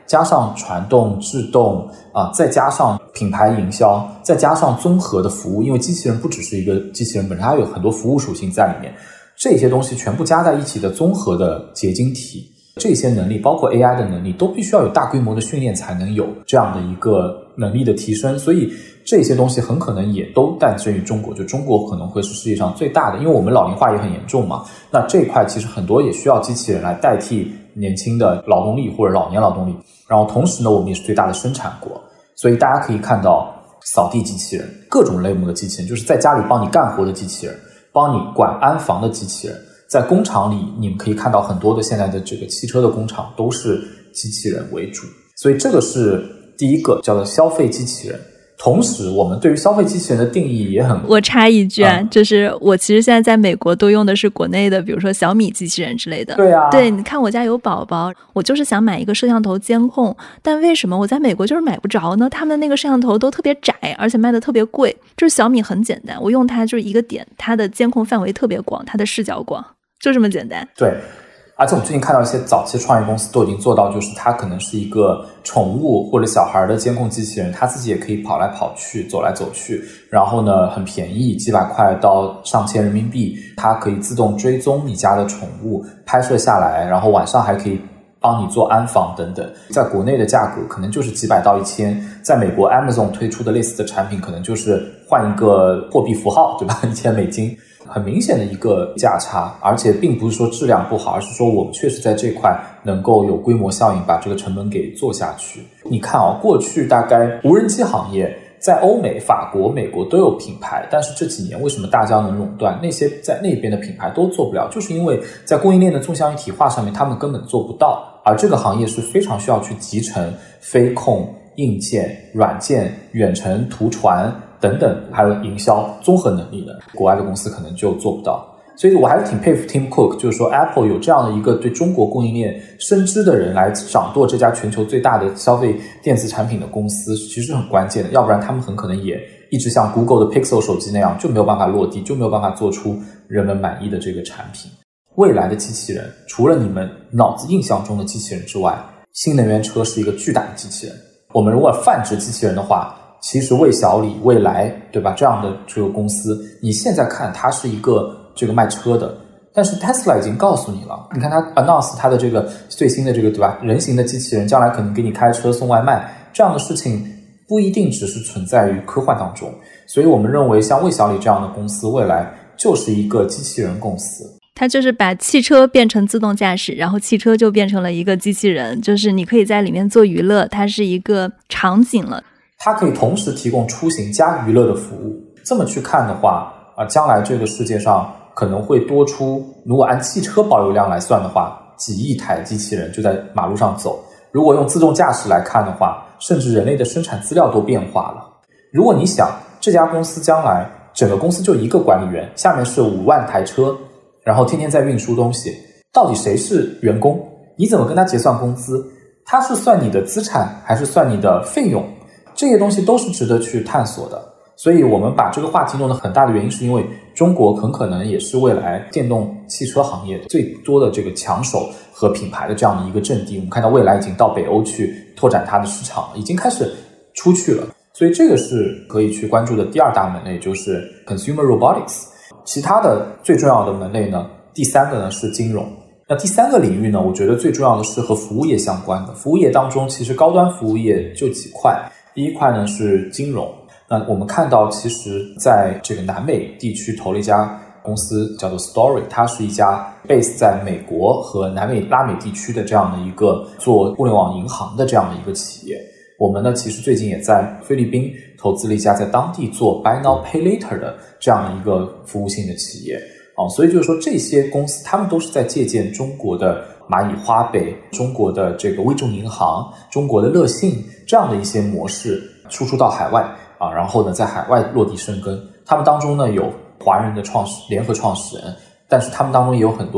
加上传动、制动啊，再加上品牌营销，再加上综合的服务，因为机器人不只是一个机器人本身，它有很多服务属性在里面，这些东西全部加在一起的综合的结晶体，这些能力包括 A I 的能力都必须要有大规模的训练才能有这样的一个能力的提升，所以这些东西很可能也都诞生于中国，就中国可能会是世界上最大的，因为我们老龄化也很严重嘛，那这一块其实很多也需要机器人来代替年轻的劳动力或者老年劳动力，然后同时呢我们也是最大的生产国，所以大家可以看到扫地机器人，各种类目的机器人，就是在家里帮你干活的机器人，帮你管安防的机器人，在工厂里你们可以看到很多的现在的这个汽车的工厂都是机器人为主，所以这个是第一个叫做消费机器人。同时我们对于消费机器人的定义也很， 我插一句啊、 嗯、 就是我其实现在在美国都用的是国内的比如说小米机器人之类的。 对啊， 对，你看我家有宝宝，我就是想买一个摄像头监控，但为什么我在美国就是买不着呢？他们那个摄像头都特别窄，而且卖的特别贵。就是小米很简单，我用它就是一个点，它的监控范围特别广，它的视角广，就这么简单。 对，而且我们最近看到一些早期创业公司都已经做到，就是它可能是一个宠物或者小孩的监控机器人，它自己也可以跑来跑去走来走去，然后呢很便宜，几百块到上千人民币，它可以自动追踪你家的宠物，拍摄下来，然后晚上还可以帮你做安防等等。在国内的价格可能就是几百到一千，在美国 Amazon 推出的类似的产品可能就是换一个货币符号，对吧，一千美金，很明显的一个价差，而且并不是说质量不好，而是说我们确实在这块能够有规模效应，把这个成本给做下去。你看啊，过去大概无人机行业在欧美、法国、美国都有品牌，但是这几年为什么大疆能垄断，那些在那边的品牌都做不了，就是因为在供应链的纵向一体化上面他们根本做不到，而这个行业是非常需要去集成飞控、硬件、软件、远程图传等等，还有营销综合能力的，国外的公司可能就做不到。所以我还是挺佩服 Tim Cook， 就是说 Apple 有这样的一个对中国供应链深知的人来掌舵这家全球最大的消费电子产品的公司，其实很关键的，要不然他们很可能也一直像 Google 的 Pixel 手机那样，就没有办法落地，就没有办法做出人们满意的这个产品。未来的机器人除了你们脑子印象中的机器人之外，新能源车是一个巨大的机器人。我们如果泛指机器人的话，其实魏小李、蔚来，对吧，这样的这个公司，你现在看它是一个这个卖车的，但是 Tesla 已经告诉你了，你看它 announce 它的这个最新的这个，对吧，人形的机器人将来可能给你开车送外卖，这样的事情不一定只是存在于科幻当中。所以我们认为像魏小李这样的公司未来就是一个机器人公司， 它就是把汽车变成自动驾驶，然后汽车就变成了一个机器人，就是你可以在里面做娱乐，它是一个场景了， 它可以同时提供出行加娱乐的服务。这么去看的话啊，将来这个世界上可能会多出，如果按汽车保有量来算的话，几亿台机器人就在马路上走。如果用自动驾驶来看的话，甚至人类的生产资料都变化了。如果你想这家公司将来整个公司就一个管理员，下面是五万台车，然后天天在运输东西，到底谁是员工？你怎么跟他结算工资？他是算你的资产还是算你的费用？这些东西都是值得去探索的。所以我们把这个话题弄得很大的原因，是因为中国很可能也是未来电动汽车行业最多的这个抢手和品牌的这样的一个阵地。我们看到蔚来已经到北欧去拓展它的市场，已经开始出去了。所以这个是可以去关注的第二大门类，就是 consumer robotics。其他的最重要的门类呢，第三个呢是金融。那第三个领域呢，我觉得最重要的是和服务业相关的。服务业当中，其实高端服务业就几块，第一块呢是金融。那我们看到，其实在这个南美地区投了一家公司叫做 Story， 它是一家 base 在美国和南美拉美地区的这样的一个做互联网银行的这样的一个企业。我们呢，其实最近也在菲律宾投资了一家在当地做 Buy Now Pay Later 的这样的一个服务性的企业啊，所以就是说这些公司他们都是在借鉴中国的蚂蚁花呗、中国的这个微众银行、中国的乐信这样的一些模式输出到海外啊，然后呢在海外落地生根。他们当中呢有华人的创始联合创始人，但是他们当中也有很多华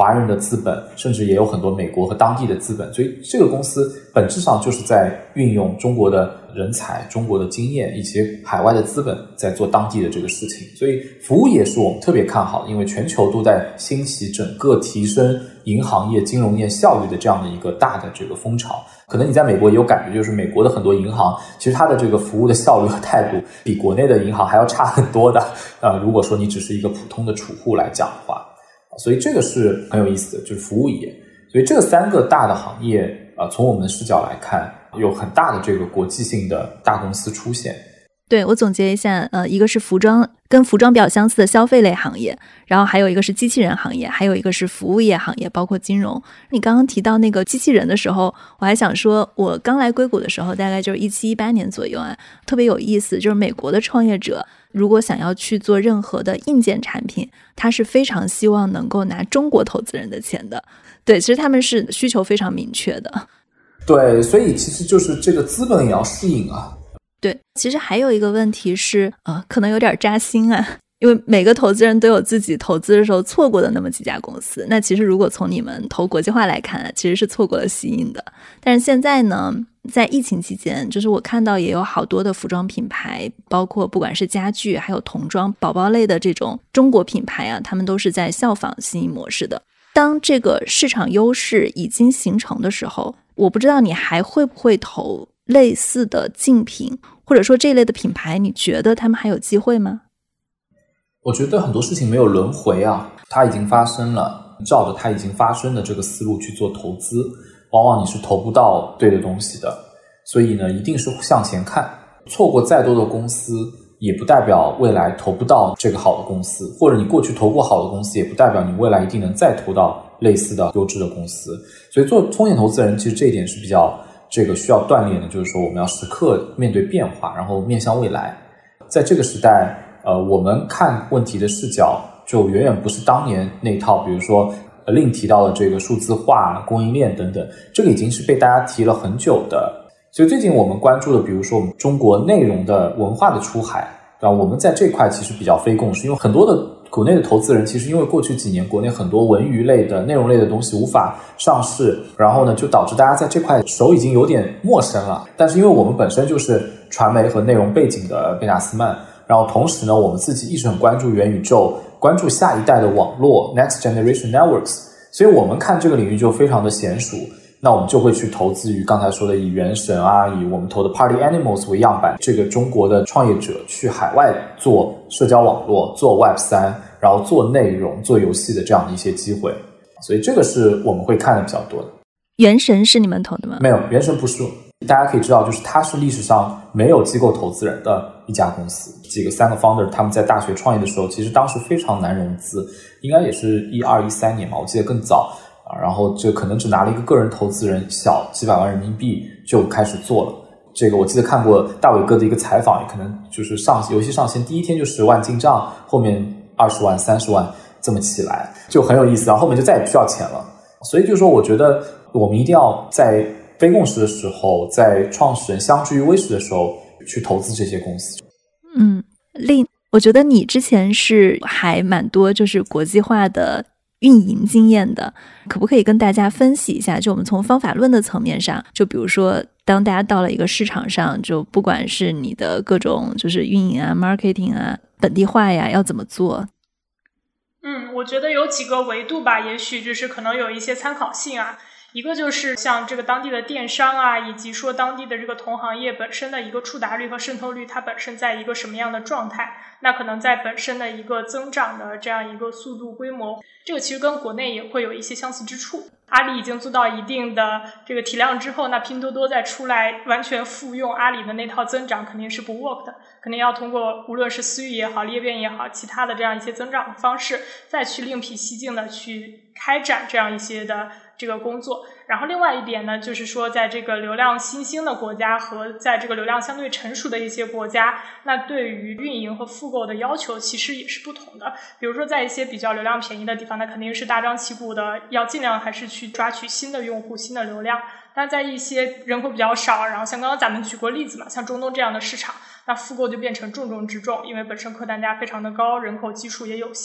华人的资本，甚至也有很多美国和当地的资本，所以这个公司本质上就是在运用中国的人才、中国的经验以及海外的资本在做当地的这个事情。所以服务业是我们特别看好的，因为全球都在兴起整个提升银行业、金融业效率的这样的一个大的这个风潮。可能你在美国也有感觉，就是美国的很多银行其实它的这个服务的效率和态度比国内的银行还要差很多的。呃，如果说你只是一个普通的储户来讲的话，所以这个是很有意思的，就是服务业。所以这三个大的行业，呃，从我们的视角来看，有很大的这个国际性的大公司出现。 对，我总结一下，呃，一个是服装，跟服装比较相似的消费类行业，然后还有一个是机器人行业，还有一个是服务业行业，包括金融。你刚刚提到那个机器人的时候，我还想说，我刚来硅谷的时候，大概就是一七一八年左右啊，特别有意思，就是美国的创业者如果想要去做任何的硬件产品，他是非常希望能够拿中国投资人的钱的。对，其实他们是需求非常明确的。 对，所以其实就是这个资本也要适应啊。 对，其实还有一个问题是，呃，可能有点扎心啊，因为每个投资人都有自己投资的时候错过的那么几家公司。那其实如果从你们投国际化来看，其实是错过了吸引的。但是现在呢，在疫情期间，就是我看到也有好多的服装品牌，包括不管是家具还有童装、宝宝类的这种中国品牌啊，他们都是在效仿吸引模式的。当这个市场优势已经形成的时候，我不知道你还会不会投类似的竞品，或者说这类的品牌，你觉得他们还有机会吗？ 我觉得很多事情没有轮回啊，它已经发生了，照着它已经发生的这个思路去做投资，往往你是投不到对的东西的。所以呢，一定是向前看，错过再多的公司也不代表未来投不到这个好的公司，或者你过去投过好的公司也不代表你未来一定能再投到类似的优质的公司。所以做风险投资人，其实这一点是比较这个需要锻炼的，就是说我们要时刻面对变化，然后面向未来。在这个时代，呃，我们看问题的视角就远远不是当年那套，比如说呃另提到的这个数字化、供应链等等，这个已经是被大家提了很久的。所以最近我们关注的，比如说我们中国内容的文化的出海，对吧？我们在这块其实比较非共识，因为很多的国内的投资人其实因为过去几年国内很多文娱类的内容类的东西无法上市，然后呢就导致大家在这块手已经有点陌生了。但是因为我们本身就是传媒和内容背景的贝纳斯曼，然后同时呢我们自己一直很关注元宇宙，关注下一代的网络 Next Generation Networks， 所以我们看这个领域就非常的娴熟。那我们就会去投资于刚才说的以原神啊，以我们投的 Party Animals 为样板，这个中国的创业者去海外做社交网络，做 Web 三，然后做内容、做游戏的这样的一些机会，所以这个是我们会看的比较多的。 原神是你们投的吗？ 没有，原神不是。大家可以知道，就是它是历史上没有机构投资人的一家公司。几个三个 founder 他们在大学创业的时候，其实当时非常难融资，应该也是一二一三年嘛，我记得更早。然后这可能只拿了一个个人投资人，小几百万人民币就开始做了。这个我记得看过大伟哥的一个采访，也可能就是上游戏上线第一天就十万进账，后面二十万、三十万这么起来，就很有意思。然后后面就再也不需要钱了。所以就是说，我觉得我们一定要在非共识的时候，在创始人相居于微时的时候去投资这些公司。 嗯，另我觉得你之前是还蛮多就是国际化的运营经验的，可不可以跟大家分析一下，就我们从方法论的层面上，就比如说当大家到了一个市场上，就不管是你的各种就是运营啊 marketing 啊本地化呀要怎么做。 嗯，我觉得有几个维度吧，也许就是可能有一些参考性啊。一个就是像这个当地的电商啊，以及说当地的这个同行业本身的一个触达率和渗透率，它本身在一个什么样的状态，那可能在本身的一个增长的这样一个速度规模，这个其实跟国内也会有一些相似之处。阿里已经做到一定的这个体量之后，那拼多多再出来完全复用阿里的那套增长肯定是不 work 的，肯定要通过无论是私域也好，裂变也好，其他的这样一些增长的方式，再去另辟蹊径的去开展这样一些的这个工作。然后另外一点呢，就是说在这个流量新兴的国家和在这个流量相对成熟的一些国家，那对于运营和复购的要求其实也是不同的。比如说在一些比较流量便宜的地方，那肯定是大张旗鼓的要尽量还是去抓取新的用户、新的流量。但在一些人口比较少，然后像刚刚咱们举过例子嘛，像中东这样的市场，那复购就变成重中之重，因为本身客单价非常的高，人口基数也有限。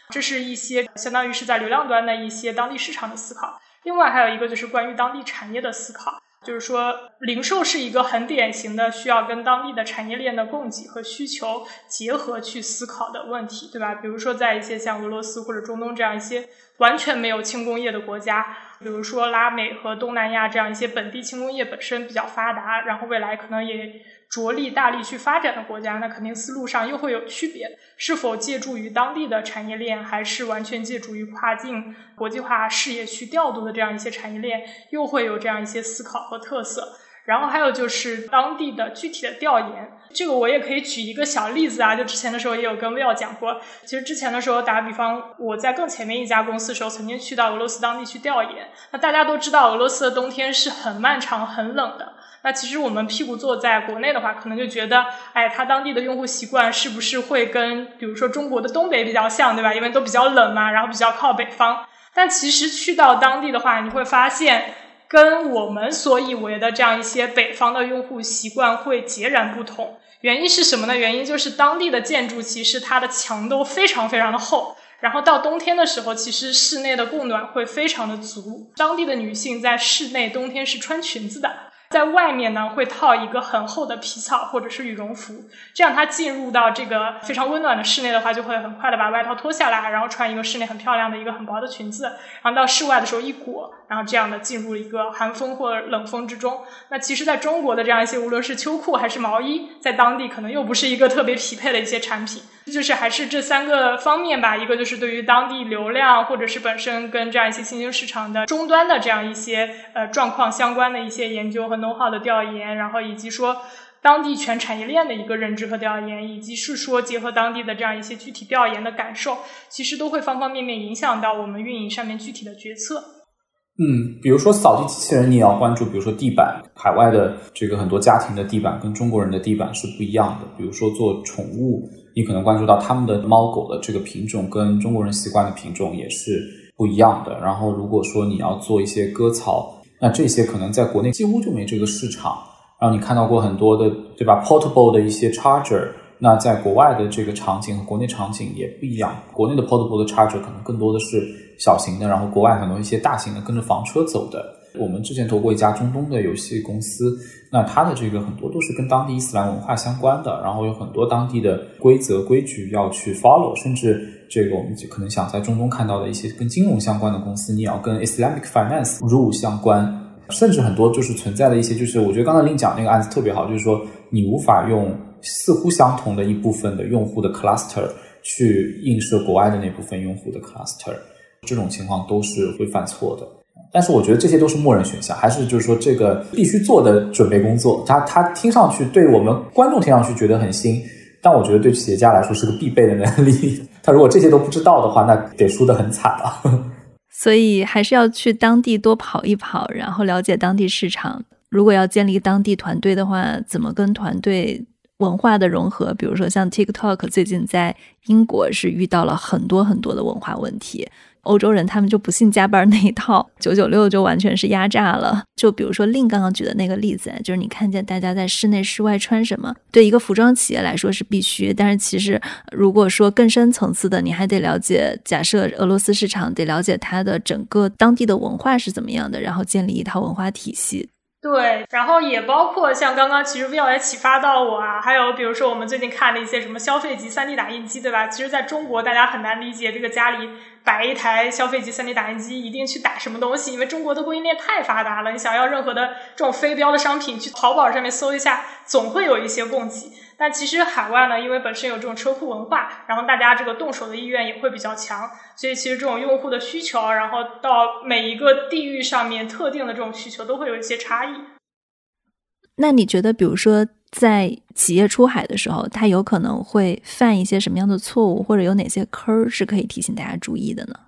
这是一些相当于是在流量端的一些当地市场的思考。另外还有一个就是关于当地产业的思考，就是说零售是一个很典型的需要跟当地的产业链的供给和需求结合去思考的问题，对吧？比如说在一些像俄罗斯或者中东这样一些完全没有轻工业的国家，比如说拉美和东南亚这样一些本地轻工业本身比较发达，然后未来可能也着力大力去发展的国家，那肯定思路上又会有区别，是否借助于当地的产业链，还是完全借助于跨境国际化事业去调度的这样一些产业链，又会有这样一些思考和特色。然后还有就是当地的具体的调研，这个我也可以举一个小例子啊，就之前的时候也有跟 Will 讲过。其实之前的时候打个比方，我在更前面一家公司的时候曾经去到俄罗斯当地去调研。那大家都知道俄罗斯的冬天是很漫长很冷的，那其实我们屁股坐在国内的话可能就觉得哎，它当地的用户习惯是不是会跟比如说中国的东北比较像，对吧？因为都比较冷嘛，然后比较靠北方。但其实去到当地的话，你会发现跟我们所以为的这样一些北方的用户习惯会截然不同。原因是什么呢？原因就是当地的建筑其实它的墙都非常非常的厚，然后到冬天的时候其实室内的供暖会非常的足，当地的女性在室内冬天是穿裙子的，在外面呢会套一个很厚的皮草或者是羽绒服，这样它进入到这个非常温暖的室内的话，就会很快的把外套脱下来，然后穿一个室内很漂亮的一个很薄的裙子，然后到室外的时候一裹，然后这样的进入一个寒风或冷风之中。那其实在中国的这样一些无论是秋裤还是毛衣，在当地可能又不是一个特别匹配的一些产品。就是还是这三个方面吧，一个就是对于当地流量或者是本身跟这样一些新兴市场的终端的这样一些呃状况相关的一些研究和 know how 的调研，然后以及说当地全产业链的一个认知和调研，以及是说结合当地的这样一些具体调研的感受，其实都会方方面面影响到我们运营上面具体的决策。 嗯，比如说扫地机器人，你也要关注，比如说地板，海外的这个很多家庭的地板跟中国人的地板是不一样的。比如说做宠物，你可能关注到他们的猫狗的这个品种跟中国人习惯的品种也是不一样的。然后如果说你要做一些割草，那这些可能在国内几乎就没这个市场。然后你看到过很多的，对吧 portable 的一些 charger， 那在国外的这个场景和国内场景也不一样。国内的 portable 的 charger 可能更多的是小型的，然后国外很多一些大型的跟着房车走的。我们之前投过一家中东的游戏公司，那它的这个很多都是跟当地伊斯兰文化相关的，然后有很多当地的规则规矩要去 follow， 甚至这个我们可能想在中东看到的一些跟金融相关的公司，你也要跟 Islamic Finance rule 相关。甚至很多就是存在的一些，就是我觉得刚才林讲那个案子特别好，就是说你无法用似乎相同的一部分的用户的 cluster 去映射国外的那部分用户的 cluster， 这种情况都是会犯错的。但是我觉得这些都是默认选项，还是就是说这个必须做的准备工作，它它听上去对我们观众听上去觉得很新，但我觉得对企业家来说是个必备的能力。他如果这些都不知道的话，那得输得很惨啊。 所以还是要去当地多跑一跑，然后了解当地市场。如果要建立当地团队的话，怎么跟团队文化的融合，比如说像 TikTok 最近在英国是遇到了很多很多的文化问题，欧洲人他们就不信加班那一套，九九六就完全是压榨了。就比如说令刚刚举的那个例子，就是你看见大家在室内室外穿什么，对一个服装企业来说是必须，但是其实如果说更深层次的，你还得了解，假设俄罗斯市场得了解它的整个当地的文化是怎么样的，然后建立一套文化体系。 对，然后也包括像刚刚其实 Will 也启发到我啊，还有比如说我们最近看的一些什么消费级 三 D 打印机，对吧？其实在中国大家很难理解这个家里摆一台消费级 三 D 打印机一定去打什么东西，因为中国的供应链太发达了，你想要任何的这种非标的商品去淘宝上面搜一下，总会有一些供给。但其实海外呢，因为本身有这种车库文化，然后大家这个动手的意愿也会比较强，所以其实这种用户的需求，然后到每一个地域上面特定的这种需求都会有一些差异。 那你觉得比如说在企业出海的时候，它有可能会犯一些什么样的错误，或者有哪些坑是可以提醒大家注意的呢？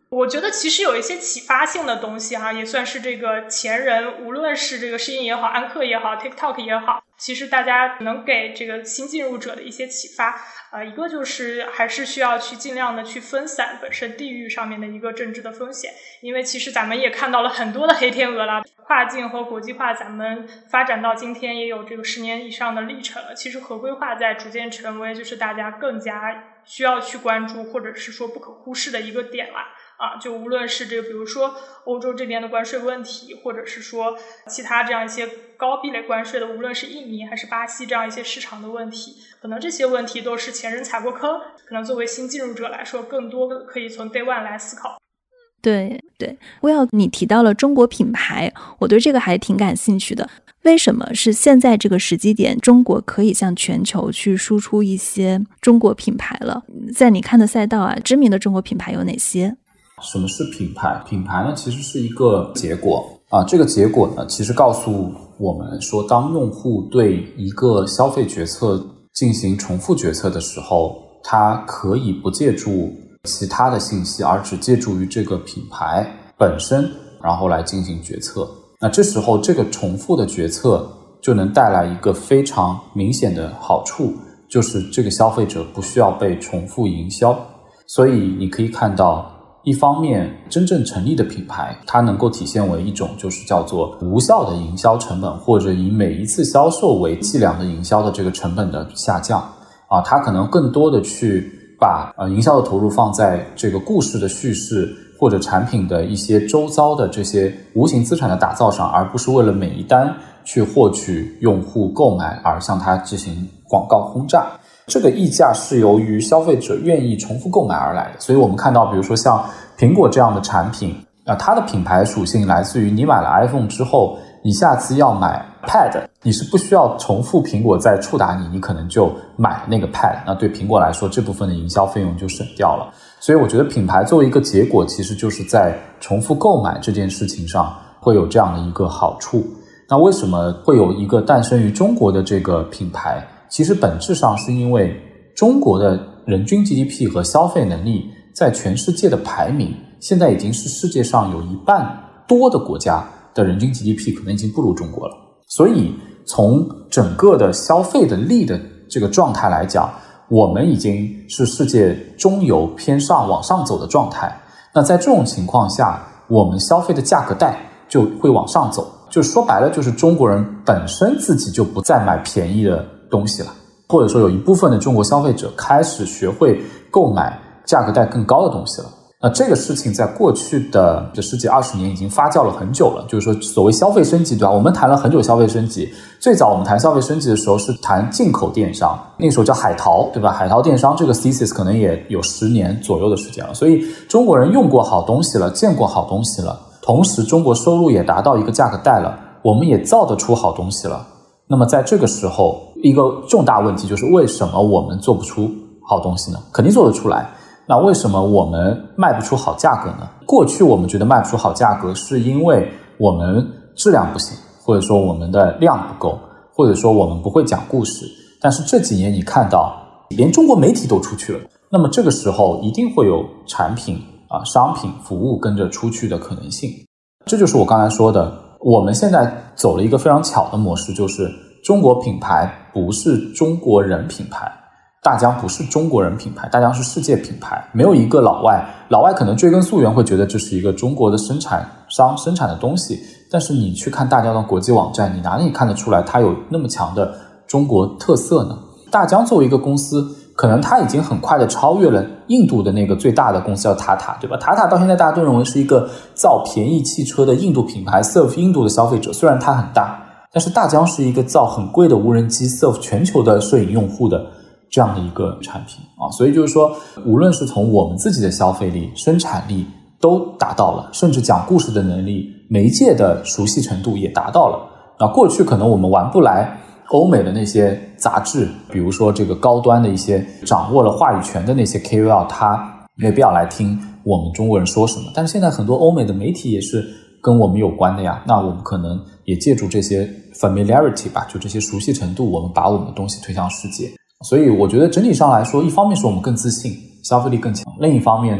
我觉得其实有一些启发性的东西哈、啊，也算是这个前人，无论是这个SHEIN也好，安克也好 ，TikTok 也好，其实大家能给这个新进入者的一些启发。呃，一个就是还是需要去尽量的去分散本身地域上面的一个政治的风险，因为其实咱们也看到了很多的黑天鹅了，跨境和国际化咱们发展到今天也有这个十年以上的历程了。其实合规化在逐渐成为就是大家更加需要去关注或者是说不可忽视的一个点啦。啊，就无论是这个，比如说欧洲这边的关税问题，或者是说其他这样一些高壁垒关税的，无论是印尼还是巴西这样一些市场的问题，可能这些问题都是前人踩过坑，可能作为新进入者来说，更多的可以从 day one 来思考。 对对 Will 你提到了中国品牌，我对这个还挺感兴趣的。为什么是现在这个时机点，中国可以向全球去输出一些中国品牌了？在你看的赛道啊，知名的中国品牌有哪些？ 什么是品牌？品牌呢，其实是一个结果啊。这个结果呢，其实告诉我们说，当用户对一个消费决策进行重复决策的时候，他可以不借助其他的信息，而只借助于这个品牌本身，然后来进行决策。那这时候，这个重复的决策就能带来一个非常明显的好处，就是这个消费者不需要被重复营销。所以你可以看到，一方面真正成立的品牌，它能够体现为一种就是叫做无效的营销成本，或者以每一次销售为计量的营销的这个成本的下降啊，它可能更多的去把呃营销的投入放在这个故事的叙事或者产品的一些周遭的这些无形资产的打造上，而不是为了每一单去获取用户购买而向它进行广告轰炸。这个溢价是由于消费者愿意重复购买而来的，所以我们看到比如说像苹果这样的产品啊，它的品牌属性来自于你买了 iPhone 之后，你下次要买 Pad， 你是不需要重复苹果再触达你，你可能就买那个 Pad， 那对苹果来说这部分的营销费用就省掉了。所以我觉得品牌作为一个结果，其实就是在重复购买这件事情上会有这样的一个好处。那为什么会有一个诞生于中国的这个品牌？其实本质上是因为中国的人均 G D P 和消费能力在全世界的排名，现在已经是世界上有一半多的国家的人均 G D P 可能已经不如中国了。所以从整个的消费的力的这个状态来讲，我们已经是世界中游偏上往上走的状态。那在这种情况下，我们消费的价格带就会往上走，就说白了就是中国人本身自己就不再买便宜的东西了，或者说有一部分的中国消费者开始学会购买价格带更高的东西了。那这个事情在过去的这十几二十年已经发酵了很久了，就是说所谓消费升级，对吧？我们谈了很久消费升级，最早我们谈消费升级的时候是谈进口电商，那个时候叫海淘，对吧？海淘电商这个 thesis 可能也有十年左右的时间了，所以中国人用过好东西了，见过好东西了，同时中国收入也达到一个价格带了，我们也造得出好东西了。那么在这个时候，一个重大问题就是为什么我们做不出好东西呢？肯定做得出来，那为什么我们卖不出好价格呢？过去我们觉得卖不出好价格是因为我们质量不行，或者说我们的量不够，或者说我们不会讲故事。但是这几年你看到连中国媒体都出去了，那么这个时候一定会有产品啊、商品、服务跟着出去的可能性。这就是我刚才说的，我们现在走了一个非常巧的模式，就是中国品牌不是中国人品牌，大疆不是中国人品牌，大疆是世界品牌。没有一个老外，老外可能追根溯源会觉得这是一个中国的生产商生产的东西，但是你去看大疆的国际网站，你哪里看得出来它有那么强的中国特色呢？大疆作为一个公司，可能它已经很快的超越了印度的那个最大的公司叫塔塔，对吧？塔塔到现在大家都认为是一个造便宜汽车的印度品牌 serve 印度的消费者，虽然它很大，但是大疆是一个造很贵的无人机 serve 全球的摄影用户的这样的一个产品啊。所以就是说，无论是从我们自己的消费力、生产力都达到了，甚至讲故事的能力、媒介的熟悉程度也达到了。那过去可能我们玩不来欧美的那些杂志，比如说这个高端的一些掌握了话语权的那些 K O L， 他没必要来听我们中国人说什么。但是现在很多欧美的媒体也是跟我们有关的呀，那我们可能也借助这些 familiarity 吧，就这些熟悉程度，我们把我们的东西推向世界。所以我觉得整体上来说，一方面是我们更自信，消费力更强，另一方面呢，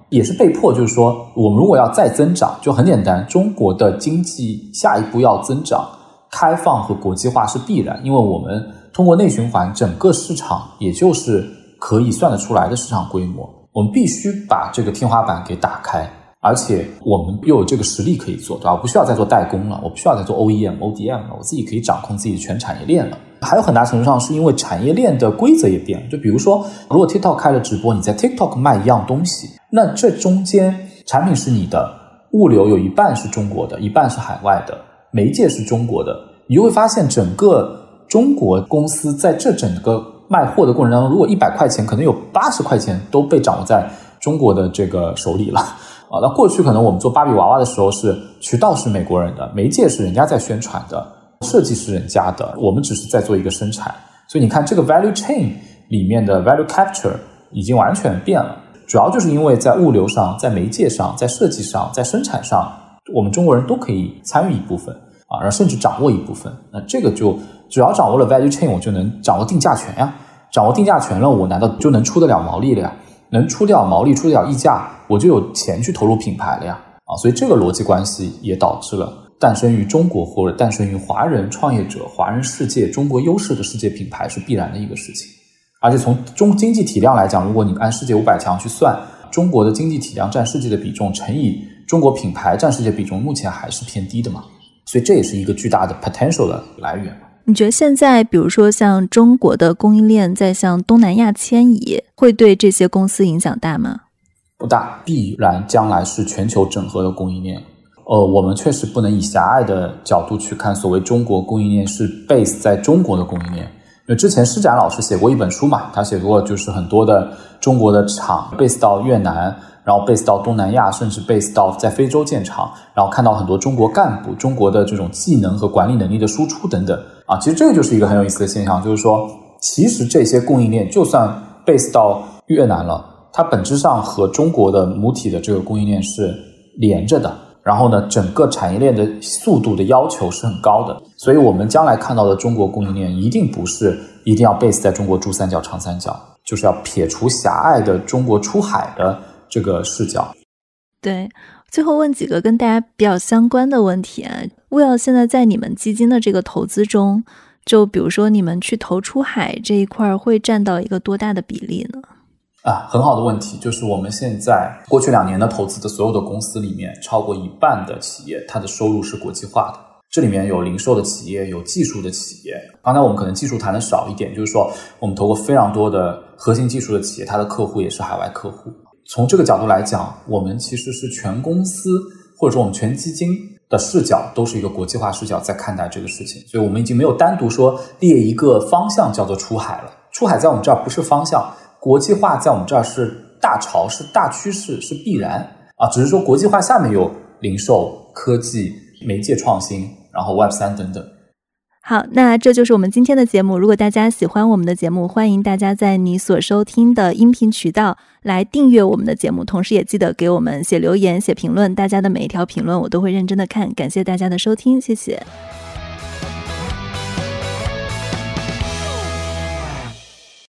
也是被迫，就是说我们如果要再增长，就很简单，中国的经济下一步要增长，开放和国际化是必然，因为我们通过内循环，整个市场也就是可以算得出来的市场规模，我们必须把这个天花板给打开，而且我们又有这个实力可以做，对吧？我不需要再做代工了，我不需要再做 O E M、O D M 了，我自己可以掌控自己的全产业链了。还有很大程度上是因为产业链的规则也变了，就比如说，如果 TikTok 开了直播，你在 TikTok 卖一样东西，那这中间产品是你的，物流有一半是中国的，一半是海外的，媒介是中国的，你就会发现整个中国公司在这整个卖货的过程当中，如果一百块钱，可能有八十块钱都被掌握在中国的这个手里了。啊，那过去可能我们做芭比娃娃的时候是渠道是美国人的，媒介是人家在宣传的，设计是人家的，我们只是在做一个生产。所以你看这个 value chain 里面的 value capture 已经完全变了，主要就是因为在物流上，在媒介上，在设计上，在生产上，我们中国人都可以参与一部分啊，然后甚至掌握一部分。那这个就只要掌握了 value chain， 我就能掌握定价权呀，掌握定价权了，我难道就能出得了毛利了呀？能出掉毛利，出掉溢价，我就有钱去投入品牌了呀！啊，所以这个逻辑关系也导致了诞生于中国或者诞生于华人创业者、华人世界、中国优势的世界品牌是必然的一个事情。而且从中经济体量来讲，如果你按世界五百强去算，中国的经济体量占世界的比重乘以中国品牌占世界比重，目前还是偏低的嘛，所以这也是一个巨大的 potential 的来源嘛。 你觉得现在比如说像中国的供应链在向东南亚迁移，会对这些公司影响大吗？ 不大，必然将来是全球整合的供应链。呃，我们确实不能以狭隘的角度去看所谓中国供应链是 base 在中国的供应链。因为之前施展老师写过一本书嘛，他写过就是很多的中国的厂 base 到越南，然后 base 到东南亚，甚至 base 到在非洲建厂，然后看到很多中国干部、中国的这种技能和管理能力的输出等等啊，其实这个就是一个很有意思的现象，就是说，其实这些供应链就算 base 到越南了，它本质上和中国的母体的这个供应链是连着的，然后呢，整个产业链的速度的要求是很高的，所以我们将来看到的中国供应链一定不是一定要 base 在中国珠三角、长三角，就是要撇除狭隘的中国出海的这个视角。 对，最后问几个跟大家比较相关的问题啊。Will 现在在你们基金的这个投资中，就比如说你们去投出海这一块会占到一个多大的比例呢？ 啊，很好的问题，就是我们现在过去两年的投资的所有的公司里面，超过一半的企业它的收入是国际化的，这里面有零售的企业，有技术的企业。刚才我们可能技术谈的少一点，就是说我们投过非常多的核心技术的企业，它的客户也是海外客户。从这个角度来讲，我们其实是全公司或者说我们全基金的视角都是一个国际化视角在看待这个事情，所以我们已经没有单独说列一个方向叫做出海了。出海在我们这儿不是方向，国际化在我们这儿是大潮，是大趋势，是必然啊。只是说国际化下面有零售、科技、媒介创新，然后 Web 三 等等。 好，那这就是我们今天的节目。如果大家喜欢我们的节目，欢迎大家在你所收听的音频渠道来订阅我们的节目，同时也记得给我们写留言、写评论，大家的每一条评论我都会认真的看。感谢大家的收听，谢谢。